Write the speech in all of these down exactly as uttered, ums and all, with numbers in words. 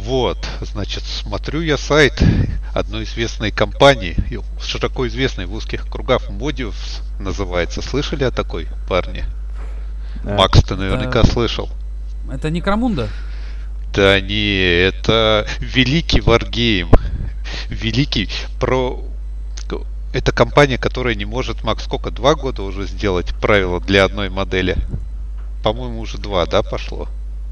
Вот, значит, смотрю я сайт одной известной компании, широко известной в узких кругах, Modius называется. Слышали о такой, парни? Да. Макс, ты наверняка Это- слышал. Это Некромунда? Да не, это великий варгейм. Великий про... Это компания, которая не может, Макс, сколько, два года уже сделать правила для одной модели? По-моему, уже два, да, пошло?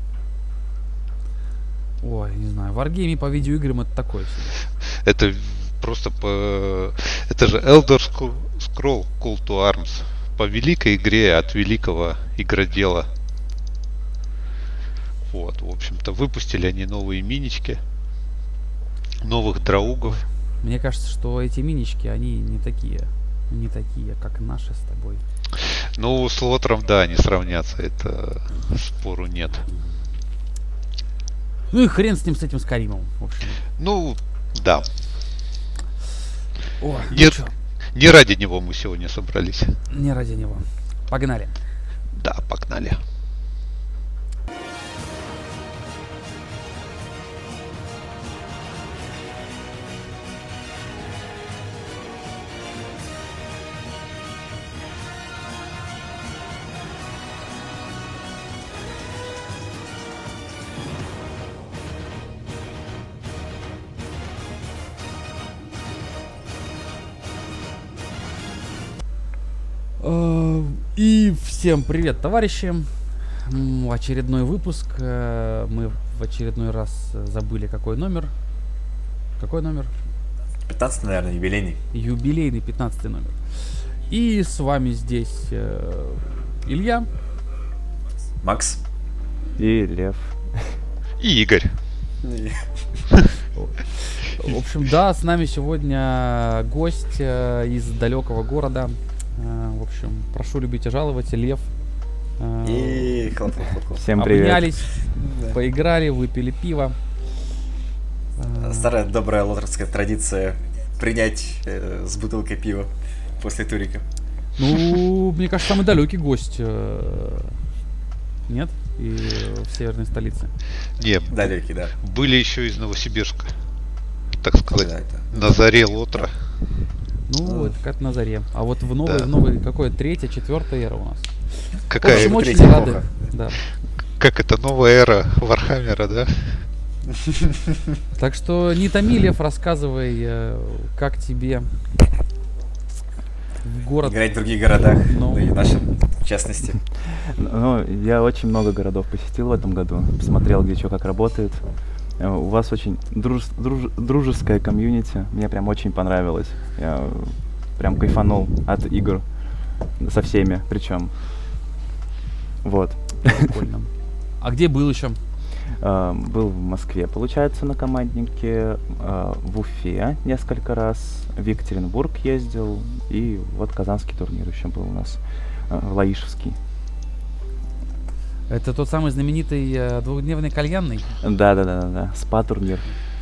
Ой, не знаю. Wargame по видеоиграм это такое себе. Это просто по... Это же Elder Scroll Call to Arms. По великой игре от великого игродела. Вот, в общем-то, выпустили они новые минички. Новых драугов. Мне кажется, что эти минички, они не такие. Не такие, как наши с тобой. Ну, с Лотром, да, не сравнятся. Это спору нет. Ну и хрен с ним, с этим Скаримом, в общем. Ну, да. О, ну Нет. чё, Не ради него мы сегодня собрались. не ради него. Погнали. Да, погнали. Э, И всем привет, товарищи. М, Очередной выпуск. Э, Мы в очередной раз э, забыли, какой номер. Какой номер? пятнадцатый, наверное, юбилейный. Юбилейный пятнадцатый номер. И с вами здесь э, Илья. Макс. И Лев. И Игорь. В общем, да, с нами сегодня гость э, из далекого города. Э, В общем, прошу любить и жаловать, Лев. Э, И хлоп-хлоп-хлоп. Всем привет. Обнялись, Да. поиграли, выпили пиво. Э, Старая добрая лотерская традиция принять э, с бутылкой пива после турика. Ну, мне кажется, самый далекий гость. э, Нет? И в северной столице. Не, Далекий, да. были еще из Новосибирска. Так сказать, Когда это? на заре Лотра. Ну, А. это как на заре. А вот в новой, Да. в новой, какой третья, четвертая эра у нас. В Какая, общем, это очень третья рады. эпоха. Да. как это новая эра Вархаммера, да? Так что не томи, Лев, рассказывай, э, как тебе в город. Играть в других городах, Ну. ну и нашем, в частности. Ну, я очень много городов посетил в этом году. Посмотрел, где что как работает. Э, У вас очень друж- друж- дружеская комьюнити. Мне прям очень понравилось. Я э, прям кайфанул от игр со всеми, причем. Вот. Прикольно. А где был еще? Э, Был в Москве, получается, на команднике, э, в Уфе несколько раз, в Екатеринбург ездил, и вот казанский турнир еще был у нас, э, Лаишевский. Это тот самый знаменитый э, двухдневный кальянный. Да-да-да-да, спа-турнир.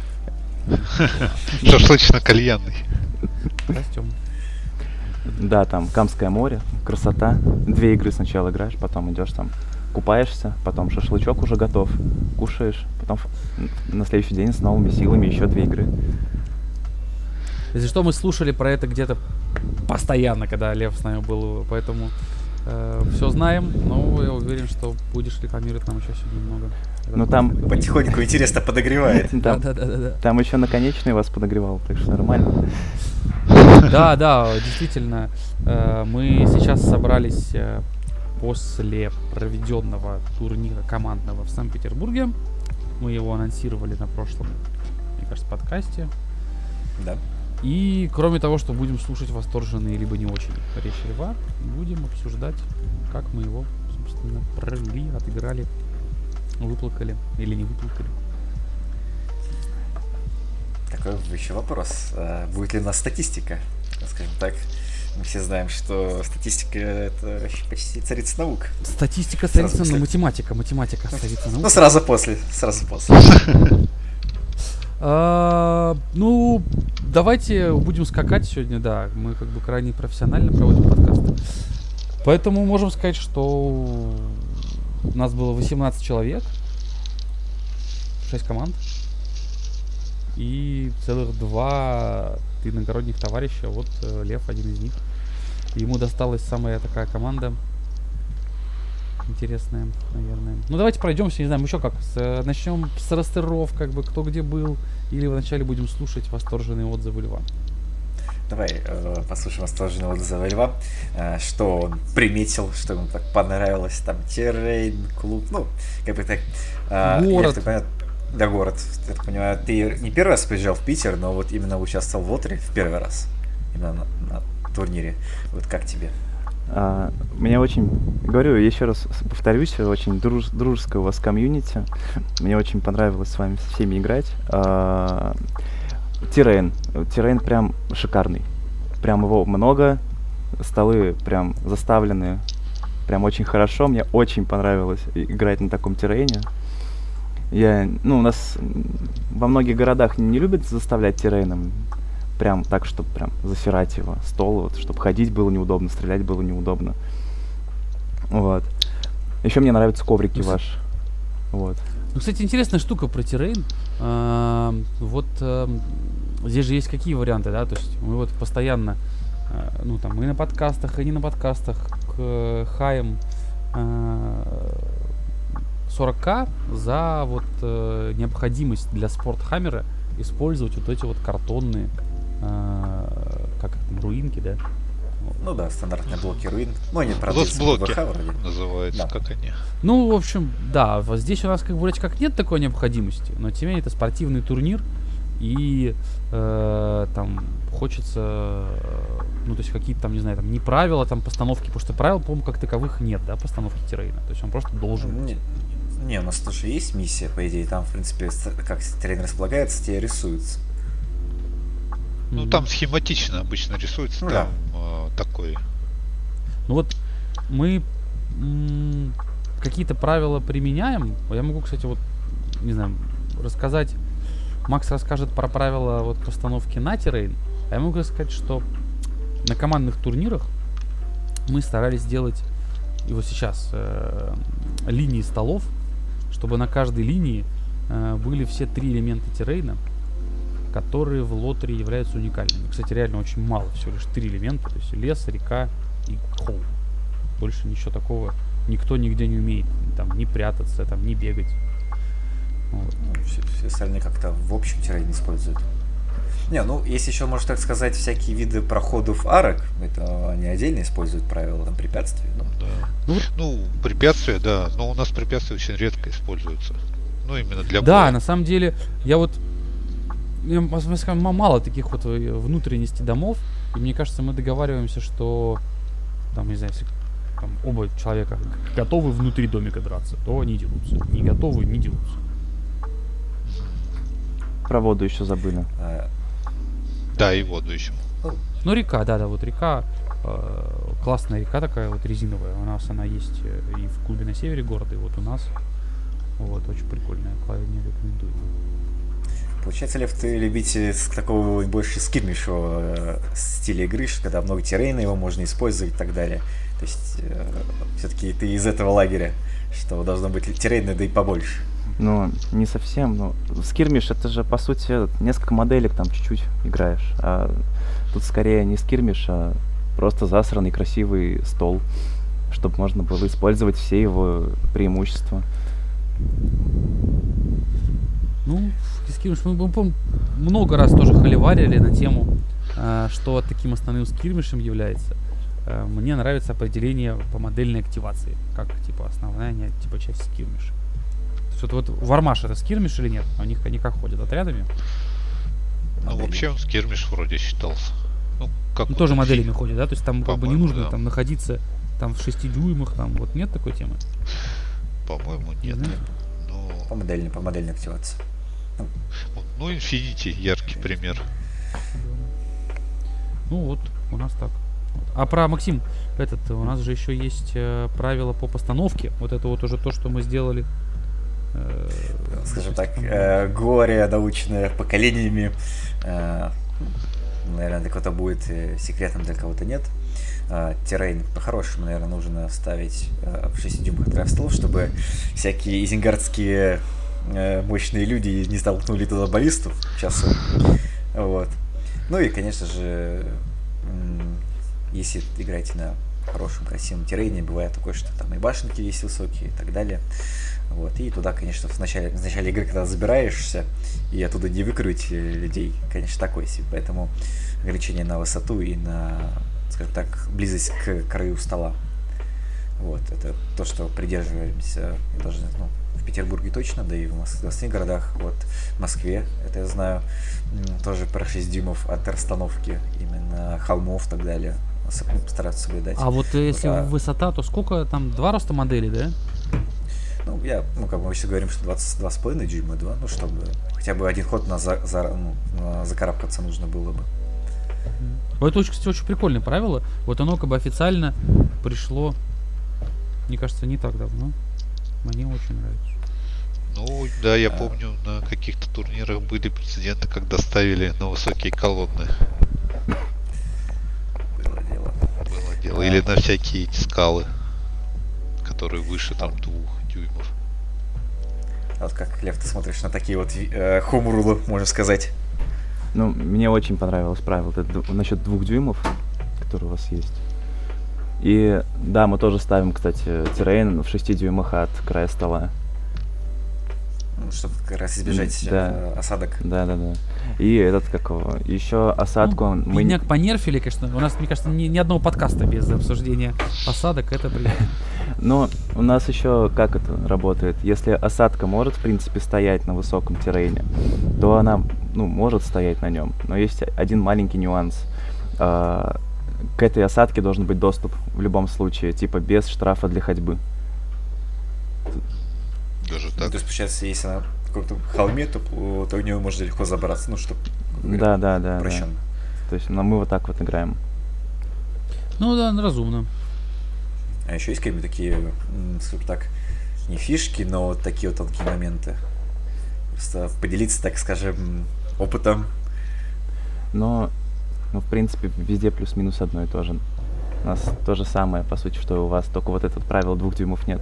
Шашлычно-кальянный. Костюм. Да, там Камское море, красота. Две игры сначала играешь, потом идешь там, купаешься, потом шашлычок уже готов, кушаешь, потом ф- на следующий день с новыми силами еще две игры. Если что, мы слушали про это где-то постоянно, когда Лев с нами был, поэтому все знаем, но я уверен, что будешь рекламировать нам еще сегодня немного. Ну там, Потихоньку интересно подогревает. Да, там, да, да, да, да. там еще наконечный вас подогревал, так что нормально. Да, да, действительно, э, мы сейчас собрались э, после проведенного турнира командного в Санкт-Петербурге. Мы его анонсировали на прошлом, мне кажется, подкасте. Да. И кроме того, что будем слушать восторженные либо не очень речи Льва, будем обсуждать, как мы его, собственно, провели, отыграли, выплакали или не выплакали. Такой еще вопрос. А будет ли у нас статистика? Скажем так, мы все знаем, что статистика — это почти царица наук. Статистика Сразу царица, после. ну, математика, математика царица наук. Ну, сразу после, сразу после. А, ну, давайте будем скакать сегодня, да. Мы как бы крайне профессионально проводим подкасты. Поэтому можем сказать, что у нас было восемнадцать человек. шесть команд. и целых два иногородних товарища. Вот э, Лев один из них. Ему досталась самая такая команда интересная, наверное. Ну давайте пройдемся, не знаю, еще как. С, э, начнем с ростеров, как бы кто где был, или вначале будем слушать восторженные отзывы Льва. Давай э, послушаем восторженного отзыва Льва, э, что он приметил, что ему так понравилось, там, террейн, клуб, ну, как бы так... Э, город. Я, так, да, город. Я так понимаю, ты не первый раз приезжал в Питер, но вот именно участвовал в лотере в первый раз, именно на, на турнире. Вот как тебе? А, мне очень, говорю, еще раз повторюсь, очень друж, дружеское у вас комьюнити. Мне очень понравилось с вами всеми играть. А, террейн. Террейн прям шикарный. Прям его много. Столы прям заставлены. Прям очень хорошо. Мне очень понравилось играть на таком террейне. Я, ну, у нас во многих городах не любят заставлять террейном. Прям так, чтобы прям засирать его. Стол, вот, чтобы ходить было неудобно, стрелять было неудобно. Вот. Еще мне нравятся коврики ваши. Вот. Ну, кстати, интересная штука про террейн. А, вот а, здесь же есть какие варианты, да? То есть мы вот постоянно, а, ну там, и на подкастах, и не на подкастах, к хаям а, сорок тысяч за вот а, необходимость для спортхаммера использовать вот эти вот картонные, а, как их там, руинки, да? Ну да, стандартные блоки руин. Ну, они, правда, Лос-блоки вроде. называются, Да. как они. Ну, в общем, да, вот здесь у нас как бы вроде как нет такой необходимости, но тем не менее это спортивный турнир, и э, там хочется, э, ну, то есть какие-то там, не знаю, там не правила, там постановки, потому что правил, по-моему, как таковых нет, да, постановки террейна, то есть он просто должен быть. Не, не, у нас тоже есть миссия, по идее, там, в принципе, с- как террейн располагается, тебе рисуется. Ну, Мгм. там схематично обычно рисуется, Ну, там э, такой. Ну вот мы м, какие-то правила применяем. Я могу, кстати, вот, не знаю, рассказать. Макс расскажет про правила вот постановки на террейн. А я могу сказать, что на командных турнирах мы старались сделать, и вот сейчас, э, линии столов, чтобы на каждой линии э, были все три элемента террейна, которые в лотере являются уникальными. Кстати, реально очень мало, всего лишь три элемента, то есть лес, река и холм. Больше ничего такого никто нигде не умеет, там, ни прятаться, там, ни бегать. Вот. Ну, все, все остальные как-то в общем террейне используют. Не, ну, есть еще, можно так сказать, всякие виды проходов арок. Это они отдельно используют правила там, препятствий. Ну, Да. Ну, вот- Ну, препятствия, да, но у нас препятствия очень редко используются. Ну, именно для Да, боя. на самом деле, я вот я, м- м- скажем, м- мало таких вот э, внутренностей домов, и мне кажется, мы договариваемся, что там, не знаю, если там, оба человека г- готовы внутри домика драться, то они дерутся. Не готовы, не дерутся. Про воду еще забыли. а, Да, и воду еще. Ну, река, да, да, вот река, э, классная река такая вот резиновая. У нас она есть э, и в клубе на севере города, и вот у нас. Вот, очень прикольная, не рекомендую. Получается, Лев, ты любитель с- такого больше скидмишевого э, стиля игры, что когда много террейна, его можно использовать и так далее. То есть, э, все-таки ты из этого лагеря, что должно быть террейна, да и побольше. Ну, не совсем, но скирмиш это же, по сути, несколько моделек там чуть-чуть играешь. А тут скорее не скирмиш, а просто засранный красивый стол, чтобы можно было использовать все его преимущества. Ну, скирмиш, мы, мы, помню, много раз тоже холиварили на тему, э, что таким основным скирмишем является. Э, мне нравится определение по модельной активации, как типа основная не, типа часть скирмиша. То есть вот, вот Вармаш это скирмиш или нет? У них они как ходят, отрядами? Ну, Модели. вообще он скирмиш вроде считался. Ну, как Ну, вот тоже вообще. моделями ходят, да? То есть там как бы не По-моему, нужно да. там находиться там в шести дюймах, там вот нет такой темы? По-моему, Не нет. знаю. По Ну, модельной, по модельной активации. вот, ну, Infinity яркий пример. Ну вот, у нас так. Вот. А про Максим, этот, у нас же еще есть э, правила по постановке. Вот это вот уже то, что мы сделали. э, Скажем то есть так, там, э, горе, наученное поколениями. Э, наверное, для кого-то будет э, секретом, для кого-то нет. Э, террейн по-хорошему, наверное, нужно ставить э, в шести дюймах от столов, чтобы всякие изенгардские э, мощные люди и не столкнули туда баллисту в часу. Вот. Ну и, конечно же, м- если играете на хорошем, красивом террейне, бывает такое, что там и башенки есть высокие и так далее. Вот. И туда, конечно, в начале, в начале игры, когда забираешься, и оттуда не выкрыть людей, конечно, такое себе. Поэтому ограничение на высоту и на, скажем так, близость к краю стола. Вот. Это то, что придерживаемся даже, ну, в Петербурге точно, да и в Москве, в остальных городах. Вот в Москве, это я знаю, тоже про шесть дюймов от расстановки именно холмов и так далее. Стараться соблюдать. А вот если а, высота, то сколько там? Два роста модели, да? Ну, я, ну, как мы все говорим, что двадцать два с половиной дюйма, два, ну, чтобы хотя бы один ход на, за, за, ну, на закарабкаться нужно было бы. Вот это, кстати, очень прикольное правило. Вот оно как бы официально пришло, мне кажется, не так давно. Мне очень нравится. Ну, да, я помню, на каких-то турнирах были прецеденты, когда ставили на высокие колонны. Было дело. Было дело. Или на всякие эти скалы, которые выше там двух дюймов. А вот как, Лев, ты смотришь на такие вот э, хумрулы, можно сказать? Ну, мне очень понравилось правило это насчет двух дюймов, которые у вас есть. И да, мы тоже ставим, кстати, террейн в шести дюймах от края стола. Ну, чтобы как раз избежать Да. э, осадок. Да, да, да. И этот какого? Еще осадку Ну, мы. бедняк понерфили, конечно. У нас, мне кажется, ни, ни одного подкаста без обсуждения осадок. Это приятно. Но у нас еще как это работает? Если осадка может, в принципе, стоять на высоком террейне, то она, ну, может стоять на нем. Но есть один маленький нюанс. А, к этой осадке должен быть доступ в любом случае, типа без штрафа для ходьбы. Даже Ну, так. то есть, получается, если на каком-то холме, то, то в него можно легко забраться, ну, чтобы Да, да, да. упрощенно. Да. То есть, ну, мы вот так вот играем. Ну да, разумно. А еще есть какие-нибудь такие, м, скажем так, не фишки, но вот такие вот тонкие моменты. Просто поделиться, так скажем, опытом. Но, ну, в принципе, везде плюс-минус одно и то же. У нас то же самое, по сути, что и у вас, только вот этот правило двух дюймов нет.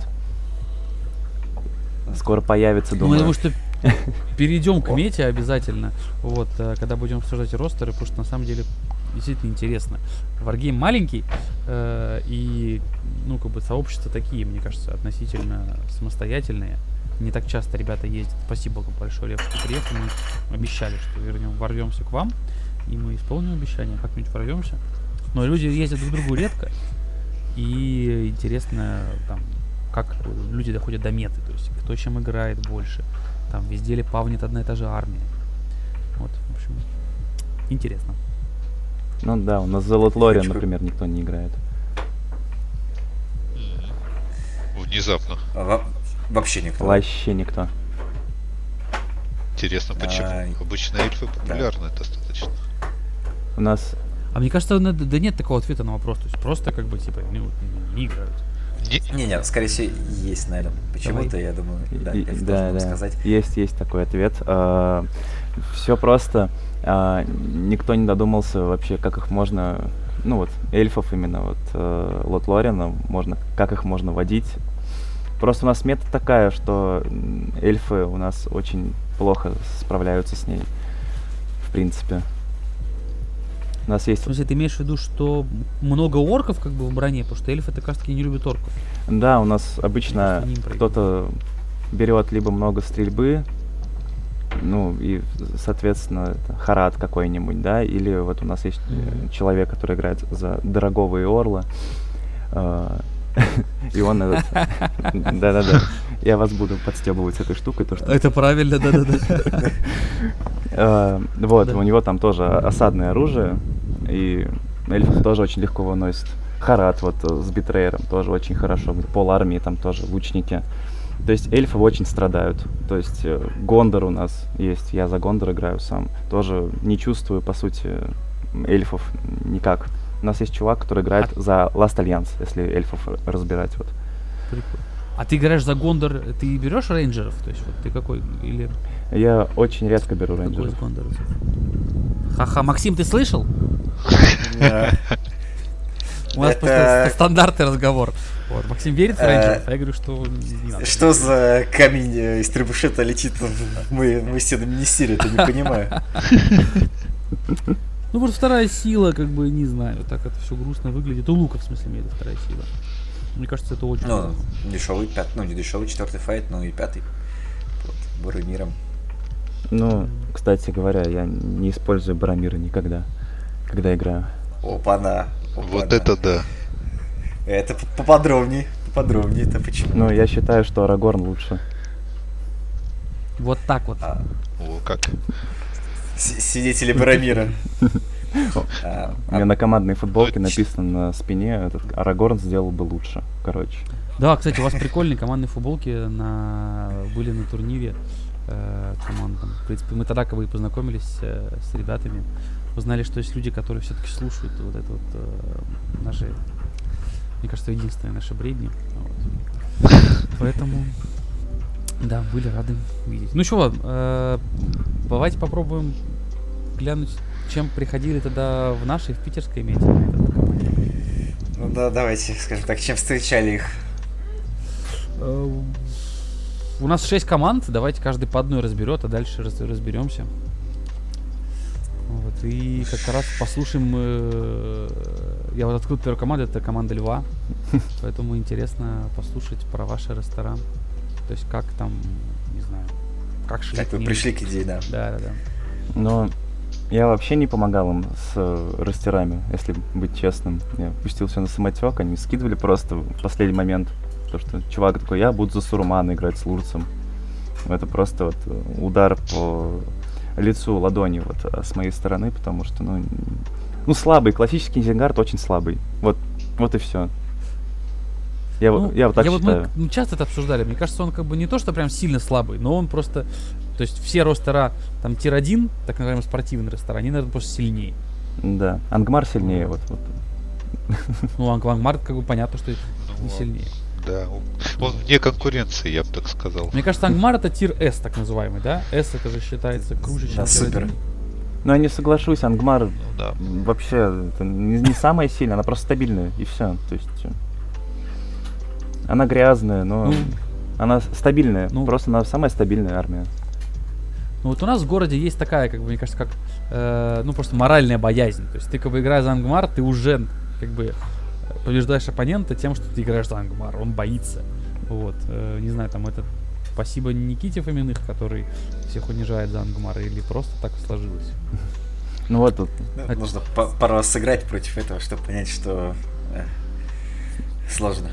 Скоро появится, Ну, думаю. я думаю, что перейдем к мете обязательно. Вот, э, когда будем обсуждать ростеры, потому что на самом деле действительно интересно. Wargame маленький, э, и, ну, как бы сообщества такие, мне кажется, относительно самостоятельные. Не так часто ребята ездят. Спасибо большое, Лев, что приехал. Мы обещали, что вернем, ворвемся к вам. И мы исполним обещание, как-нибудь ворвемся. Но люди ездят друг к другу редко. И интересно, там, как люди доходят до меты. То есть, кто чем играет больше. Там везде ли павнит одна и та же армия. Вот, в общем, интересно. Ну да, у нас за Лотлориан, Хочу- например, никто не играет. Мгм. Внезапно. А во- вообще никто. Вообще никто. Интересно, почему. Ай. Обычно эльфы популярны достаточно. У нас, А мне кажется, на- да нет такого ответа на вопрос. То есть просто как бы типа ну, не играют. Не, Не-не, скорее всего, есть, наверное. Почему-то, я думаю, да, и- я да, должен да, сказать. есть, есть такой ответ. Все просто. а, Никто не додумался вообще, как их можно, ну вот, эльфов именно, вот, э, Лотлориана, можно, как их можно водить. Просто у нас мета такая, что м, эльфы у нас очень плохо справляются с ней, в принципе. У нас В есть, смысле, ты имеешь в виду, что много орков как бы в броне, потому что эльфы, это, кажется, не любят орков. да, у нас обычно Просто ним проигрывают. кто-то берет либо много стрельбы, ну и, соответственно, это Харат какой-нибудь, да, или вот у нас есть э, Мгм. человек, который играет за Дорогого и Орла, э, и он этот, да-да-да, я вас буду подстебывать с этой штукой, то что Это правильно, да-да-да. Э, вот, Да. у него там тоже осадное оружие, и эльфов тоже очень легко выносит. Харат вот э, с битрейером тоже очень хорошо, пол армии там тоже лучники. То есть эльфы очень страдают. То есть э, Гондор у нас есть, я за Гондор играю сам. Тоже не чувствую, по сути, эльфов никак. У нас есть чувак, который играет за Last Alliance, если эльфов р- разбирать. Вот. Прикольно. А ты играешь за Гондор, ты берешь рейнджеров? То есть вот ты какой? Или Я очень редко беру какой из рейнджеров. гондоровцев? Ха-ха, Максим, ты слышал? Да. У нас Это- просто стандартный разговор. Вот, Максим верит в Э, рейнджеров, а я говорю, что не надо. Что за камень э, из требушета летит в мои, мои стены министерии, это не понимаю. Ну, вот вторая сила, как бы, не знаю, так это все грустно выглядит. У Лука, в смысле, имеет вторая сила. Мне кажется, это очень... Ну, дешевый пятый, ну не дешевый четвертый файт, но и пятый. Вот, Боромиром. Ну, кстати говоря, я не использую Барамира никогда, когда играю. Опа-на. Вот опа-на. это да. Это п- поподробнее, поподробнее, это почему? Ну, я считаю, что Арагорн лучше. Вот так вот. А, О, как. с- свидетели Боромира. А, У меня на командной футболке Ну, написано на спине, этот Арагорн сделал бы лучше, короче. Да, кстати, у вас прикольные командные футболки на... были на турнире э, командном. В принципе, мы тогда, когда и познакомились э, с ребятами, узнали, что есть люди, которые все-таки слушают вот это вот э, наши, мне кажется, единственные наши бредни. Вот. Поэтому, да, были рады видеть. Ну что, э, давайте попробуем глянуть, чем приходили тогда в нашей, в питерской мете. этот команде. Ну да, давайте, скажем так, чем встречали их. Э, У нас шесть команд, давайте каждый по одной разберет, а дальше раз- разберемся. Вот, и как раз послушаем. э, Я вот открыл первую команду, это команда Льва. Поэтому интересно послушать про ваш ресторан. То есть как там, не знаю, как шли. Как к вы ним. пришли к идее, да. Да, да, да. Но я вообще не помогал им с э, растерами, если быть честным. Я пустил все на самотек, они скидывали просто в последний момент. То, что чувак такой, я буду за Сурумана играть с Лурцем. Это просто вот э, удар по лицу ладони вот а, с моей стороны, потому что, ну, н- ну слабый, классический Изенгард очень слабый. Вот, вот и все. Я, Ну, вот- я вот так вот считаю. мы ну, часто это обсуждали. Мне кажется, он как бы не то, что прям сильно слабый, но он просто. То есть все ростера, там тир один, так называемый спортивный ресторан, они, наверное, просто сильнее. Да, Ангмар сильнее, вот, вот. Ну, Ангмарт, как бы понятно, что не Ну, сильнее. Да, он, он вне конкуренции, я бы так сказал. Мне кажется, Ангмар это тир S, так называемый, да? S это же считается круче, чем Да, тир супер. один. Но я не соглашусь, Ангмар Ну да. вообще это не, не самая сильная, она просто стабильная, и все. То есть э, она грязная, но Ну. она с- стабильная. Ну. Просто она самая стабильная армия. Ну вот у нас в городе есть такая, как бы, мне кажется, как, э, ну просто моральная боязнь. То есть ты как бы играя за Ангмар, ты уже как бы побеждаешь оппонента тем, что ты играешь за Ангмар, он боится. Вот, э, не знаю, там это спасибо Никите Фоминых, который всех унижает за Ангмар, или просто так сложилось. Ну вот тут. Ну, Это- нужно па- пару раз сыграть против этого, чтобы понять, что э, сложно.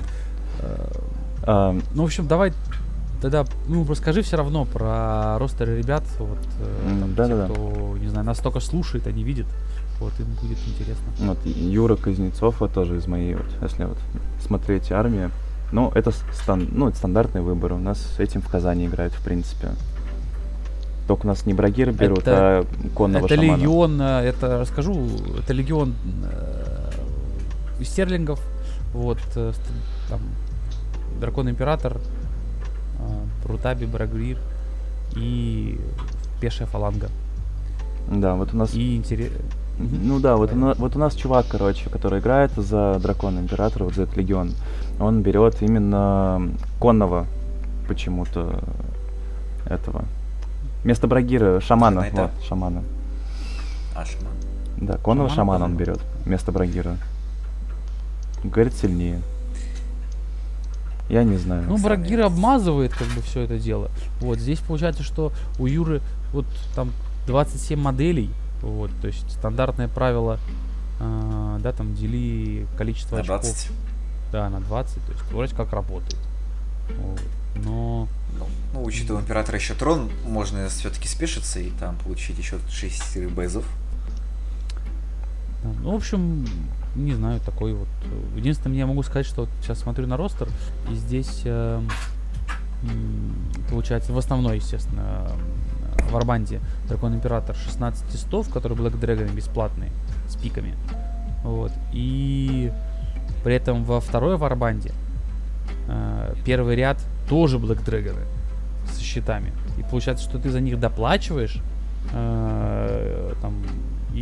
а, Ну, в общем, давай тогда, ну, расскажи все равно про ростеры ребят, вот, э, М, там, те, да-да-да. кто, не знаю, нас только слушает, а не видит, вот, им будет интересно. вот Юра Кузнецов, вот тоже из моей, вот, если вот смотреть армию. Ну, это стан, ну, это стандартный выбор. У нас с этим в Казани играют, в принципе. Только у нас не Брагира берут, Это- а конного Это шамана. легион, э, это расскажу, это легион э, из стерлингов, вот, э, ст- там, Дракон Император, э, Рутаби, Брагрир и пешая фаланга. Да, вот у нас. И интересно. Ну да, вот у, на- вот у нас чувак, короче, который играет за Дракона Императора, вот за этот легион, он берет именно конного почему-то этого. Вместо Брагира шамана, Кайта. вот, шамана. А, шаман. Да, конного Шамана, шамана он по-моему. берет вместо Брагира. Говорит, сильнее. Я не знаю. Ну, Сами. Брагир обмазывает как бы все это дело. Вот, здесь получается, что у Юры вот там двадцать семь моделей, вот, то есть стандартное правило, а, да, там дели количество На очков. двадцать. Да, на двадцать, то есть вроде как работает. Вот. Но, Ну, ну, учитывая у императора еще трон, можно все-таки спешиться и там получить еще шесть безов. да, ну, в общем, не знаю, такой вот. э, Единственное, я могу сказать, что вот сейчас смотрю на ростер, и здесь э, м, получается, в основной, естественно, э, в Арбанде Дракон Император шестнадцать тестов, которые Black Dragon бесплатные, с пиками. Вот. И при этом во второй Варбанде э, первый ряд тоже Black Dragon со щитами. И получается, что ты за них доплачиваешь, э, там, и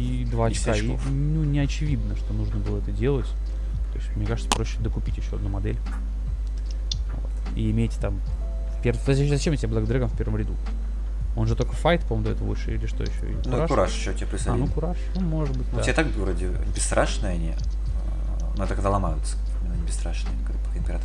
И два десять очка. И, очков. ну, не очевидно, что нужно было это делать. То есть, мне кажется, проще докупить еще одну модель. Вот. И иметь там... Пер... Зачем тебе Black Dragon в первом ряду? Он же только файт, по-моему, до этого выше, или что еще? И Ну, Кураж? Кураж еще тебе А, присадили. ну Кураж, ну, может быть, Ну, да. те так вроде бесстрашные они. а, Но это когда ломаются, но они бесстрашные, как по императору.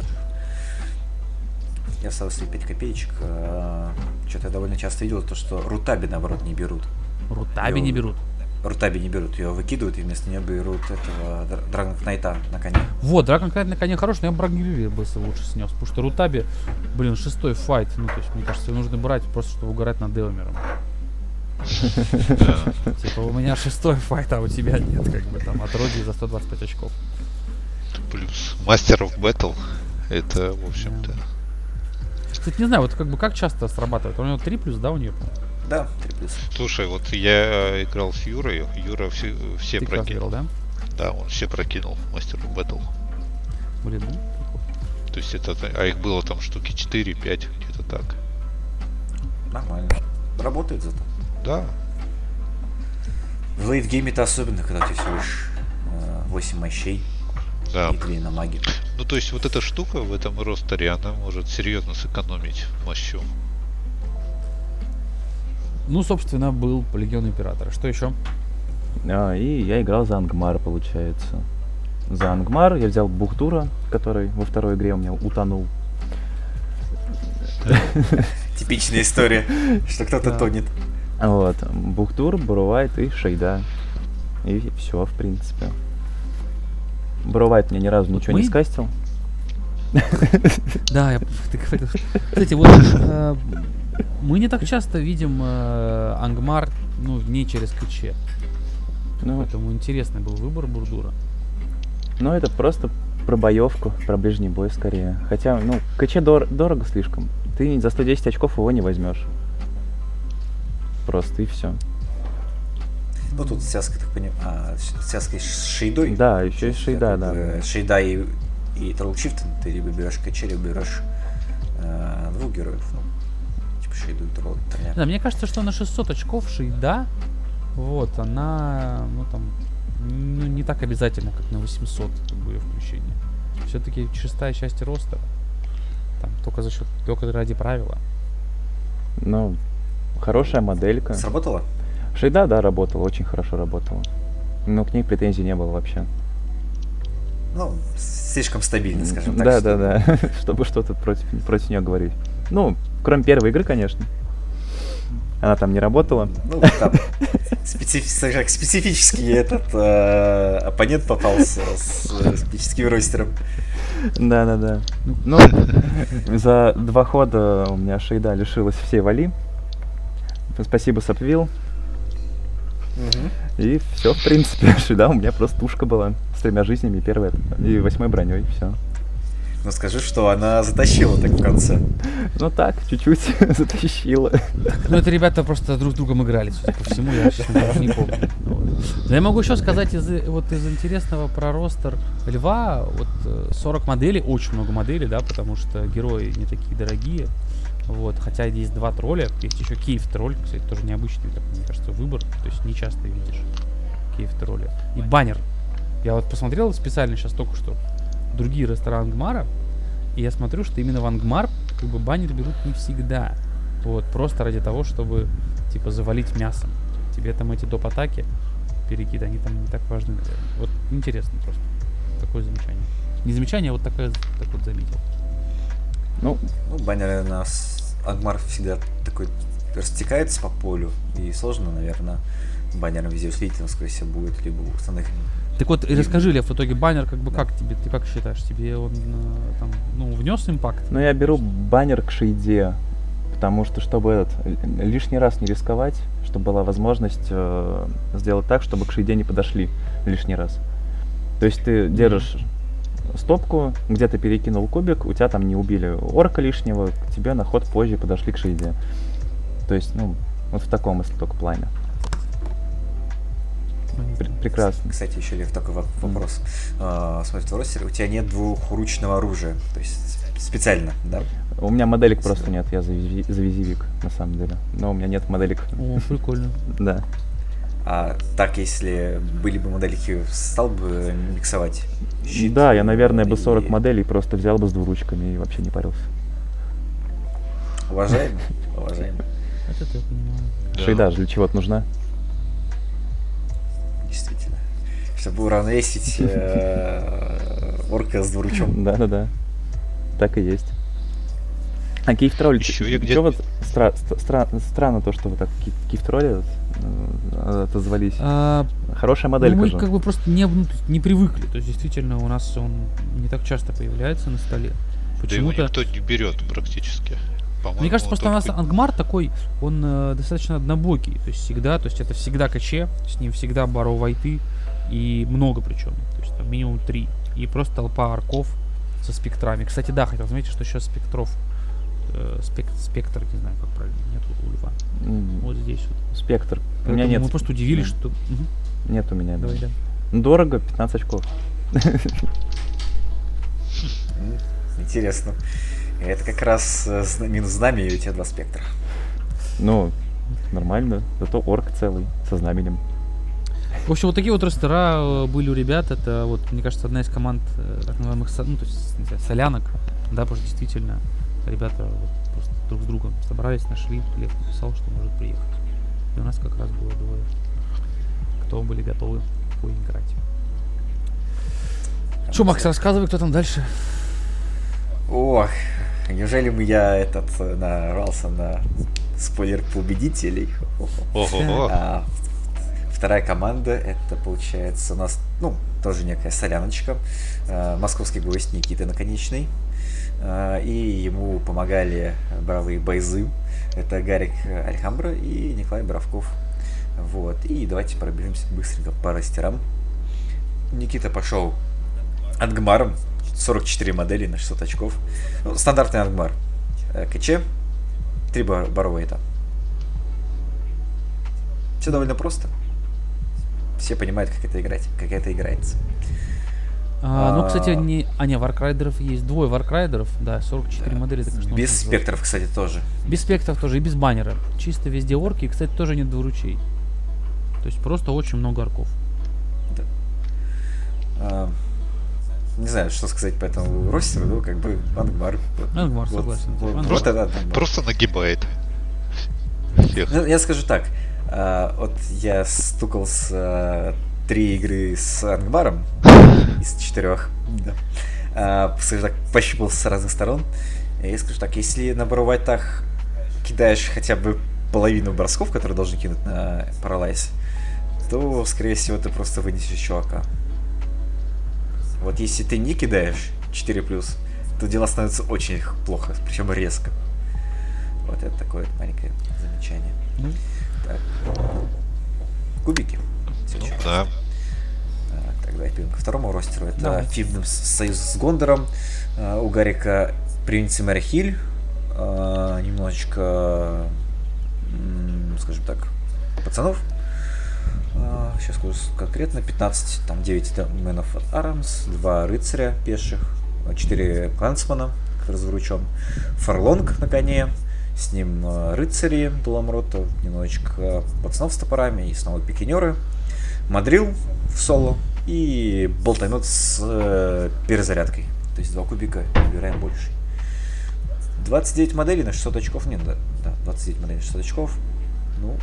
Я вставил свои пять копеечек. а, Что-то я довольно часто видел, то, что Рутаби, наоборот, не берут. Рутаби Её- не берут. Рутаби не берут, ее выкидывают, и вместо нее берут этого Дра- Драгон Кнайта на коне. Вот, Дракон Кнайт на коне хороший, но я Браггери бы лучше снес. Потому что Рутаби, блин, шестой файт. Ну, то есть, мне кажется, его нужно брать просто, чтобы угорать над Деомером. Типа, у меня шестой файт, а у тебя нет, как бы там, от Роди за сто двадцать пять очков. Плюс Master of Battle. Это, в общем-то... Кстати, не знаю, вот как бы как часто срабатывает? У него три плюс, да, у нее? Да, три плюс. Слушай, вот я играл с Юрой, Юра все, все Ты как раз прокинул. играл, да? Да, он все прокинул в Master of Battle. Блин, ну, прикольно. То есть это, а их было там штуки четыре-пять, где-то так. Нормально. Работает зато. Да, В лейтгейме-то особенно, когда у тебя всего лишь э, восемь мощей да. и две на маге. Ну, то есть вот эта штука в этом ростере, она может серьезно сэкономить мощу. Ну, собственно, был Легион Императора. Что еще? А, и я играл за Ангмар, получается. За Ангмар я взял Бухтура, который во второй игре у меня утонул. Типичная история, что кто-то Да. тонет. Вот, Бухтур, Бурувайт и Шейда. И все, в принципе. Бурувайт мне ни разу Вот ничего мы- не скастил. Да, я, ты говорил. Кстати, вот э, мы не так часто видим э, Ангмар, ну, не через КЧ. Ну, Поэтому интересный был выбор Бурдура. ну, это просто про боевку, про ближний бой скорее. Хотя, ну, КЧ дор- дорого слишком. Ты за сто десять очков его не возьмешь. Просто и все. Ну тут связка, так понимаю, а, с- связка с Шейдой. Да, еще и Шейда, Как да. бы Шейда и, и Троллчифтен, ты либо берешь КЧ, либо берешь э, двух героев. Ну, типа Шейду и Тролл. Да, мне кажется, что на шестьсот очков Шейда, вот, она, ну, там, ну, не так обязательно, как на восемьсот, как бы, ее включение. Все-таки шестая часть роста, там, только за счет, только ради правила. Ну, хорошая моделька. Сработало? Шейда, да, работала, очень хорошо работала. Но к ней претензий не было вообще. Ну, слишком стабильно, скажем так. Да, что- да, да. Чтобы что-то против, против нее говорить. Ну, кроме первой игры, конечно. Она там не работала. Ну, там специфи- скажем так, специфический этот э, оппонент попался с э, специфическим ростером. Да, да, да. Ну, за два хода у меня Шейда лишилась всей вали. Спасибо, Сапвил. И все, в принципе, Шейда у меня просто тушка была с тремя жизнями и первой и восьмой броней, все. Ну, скажи, что она затащила так в конце. Ну так, чуть-чуть затащила. Ну, это ребята просто друг с другом играли, судя по всему, я, честно говоря, не помню. Вот. Но я могу еще сказать из, вот, из интересного про ростер Льва, вот э, сорок моделей, очень много моделей, да, потому что герои не такие дорогие. Вот, хотя есть два тролля, есть еще Киев тролль, кстати, тоже необычный, так, мне кажется, выбор, то есть не часто видишь Киев тролля. И баннер. Я вот посмотрел специально сейчас только что другие рестораны Ангмара, и я смотрю, что именно в Ангмар как бы баннер берут не всегда. Вот, просто ради того, чтобы, типа, завалить мясом. Тебе там эти доп. Атаки, перекиды, они там не так важны, наверное. Вот интересно просто. Такое замечание. Не замечание, а вот такое, так вот заметил. Ну, Ну, баннер у нас Ангмар всегда такой растекается по полю, и сложно, наверное, баннером везде уследить, он, скорее всего, будет либо у основных. Так вот, и расскажи, Лев, в итоге баннер, как бы, как тебе, ты как считаешь, тебе он, э, там, ну, внес импакт? ну я беру баннер к Шейде, потому что, чтобы этот, л- лишний раз не рисковать, чтобы была возможность э, сделать так, чтобы к Шейде не подошли лишний раз. То есть ты держишь стопку, где-то перекинул кубик, у тебя там не убили орка лишнего, к тебе на ход позже подошли к Шейде. То есть, ну, вот в таком, если только плане. Пр- прекрасно. Кстати, еще Лев, такой воп- вопрос. А, смотри, в ростере у тебя нет двухручного оружия, то есть сп- специально, да? У меня моделек просто нет, я за визи- за визивик, на самом деле. Но у меня нет моделек, О, прикольно. да. А так, если были бы модельки, стал бы миксовать щит? Да, я, наверное, бы и- сорок моделей просто взял бы с двуручками и вообще не парился. Уважаемо, уважаемо. Это я понимаю. Да. Шейда же для чего-то нужна. Действительно. Чтобы уравновесить э, орка с двуручом. Да-да-да. Так и есть. А кейф-тролль, Ещё я чё где-то- вот стра- ст- стра- странно то, что вы так ки- кейф-тролли э, отозвались. А, Хорошая ну, моделька мы же. как бы просто не, ну, то есть не привыкли. То есть действительно у нас он не так часто появляется на столе. Да его Почему-то. никто не берет практически. По-моему, Мне кажется, просто у нас только- Ангмар такой, он э, достаточно однобокий, то есть всегда, то есть это всегда КЧ, с ним всегда баро вайты, и много причем, то есть там минимум три, и просто толпа арков со спектрами. Кстати, да, хотел заметить, что сейчас спектров, э, спек- спектр, не знаю, как правильно, нет у льва, М, вот здесь вот. Спектр. У Поэтому меня нет. мы просто удивились, М, что... Мгм. Нет у меня. да. Давай, да. Ну, дорого, пятнадцать очков. М, Интересно. Это как раз э, зна- минус знамя, и у тебя два спектра. Ну, нормально. Зато орк целый, со знаменем. В общем, вот такие вот ростера э, были у ребят. Это вот, мне кажется, одна из команд э, так называемых со- ну, то есть, не знаю, солянок. Да, потому что действительно ребята вот просто друг с другом собрались, нашли. Лев написал, что может приехать. И у нас как раз было двое, кто были готовы поиграть. Че, Макс, рассказывай, кто там дальше. Ох, неужели бы я этот э, нарвался на спойлер победителей? Ого-го. А, вторая команда, это получается у нас, ну, тоже некая соляночка, э, московский гость Никита Наконечный, э, и ему помогали бравые бойзы, это Гарик Альхамбра и Николай Боровков. Вот, и давайте пробежимся быстренько по растерам. Никита пошел Ангмаром, сорок четыре модели на шестьсот очков. Ну, стандартный Ангмар. Э, КЧ, три баровейта. Все довольно просто. Все понимают, как это играть, как это играется. А, ну, А. кстати, не... А, не, варкрайдеров есть. Двое варкрайдеров, да, сорок четыре модели. Так что Без можно назвать. спектров, кстати, тоже. Без спектров тоже и без баннера. Чисто везде орки. И, кстати, тоже нет двуручей. То есть просто очень много арков. А, не знаю, что сказать по этому ростеру, ну, как бы Ангмар. Ангмар, Вот- согласен. Вот, Ангмар. вот это Ангмар. Просто нагибает всех. Ну, я скажу так. а, вот я стукал с а, три игры с Ангмаром из четырех. Да. А, скажу так, пощупал с разных сторон. И я скажу так, если на баровайтах кидаешь хотя бы половину бросков, которые должны кинуть на Paralyze, то, скорее всего, ты просто вынесешь чувака. Вот если ты не кидаешь четыре плюс, то дела становятся очень плохо, причем резко. Вот это такое вот маленькое замечание. Ну, Так. Кубики. Всё Ну чё. да. А, Так, давай перейдем ко второму ростеру. Это Давай. Фивным союз с Гондором. А, У Гарика Принц и Мэри Хиль. А, Немножечко, м, скажем так, пацанов. А, Сейчас скажу конкретно. пятнадцать, там девять Men of Arms, два рыцаря пеших, четыре клансмана, которые за вручом. Фарлонг на коне. С ним а, рыцари Дуламрота, немножечко пацанов с топорами и снова пикинеры. Мадрил в соло и болтомет с э, перезарядкой. То есть два кубика, выбираем больше. двадцать девять моделей на шестьсот очков. Нет, да, да, двадцать девять моделей на шестьсот очков. Ну,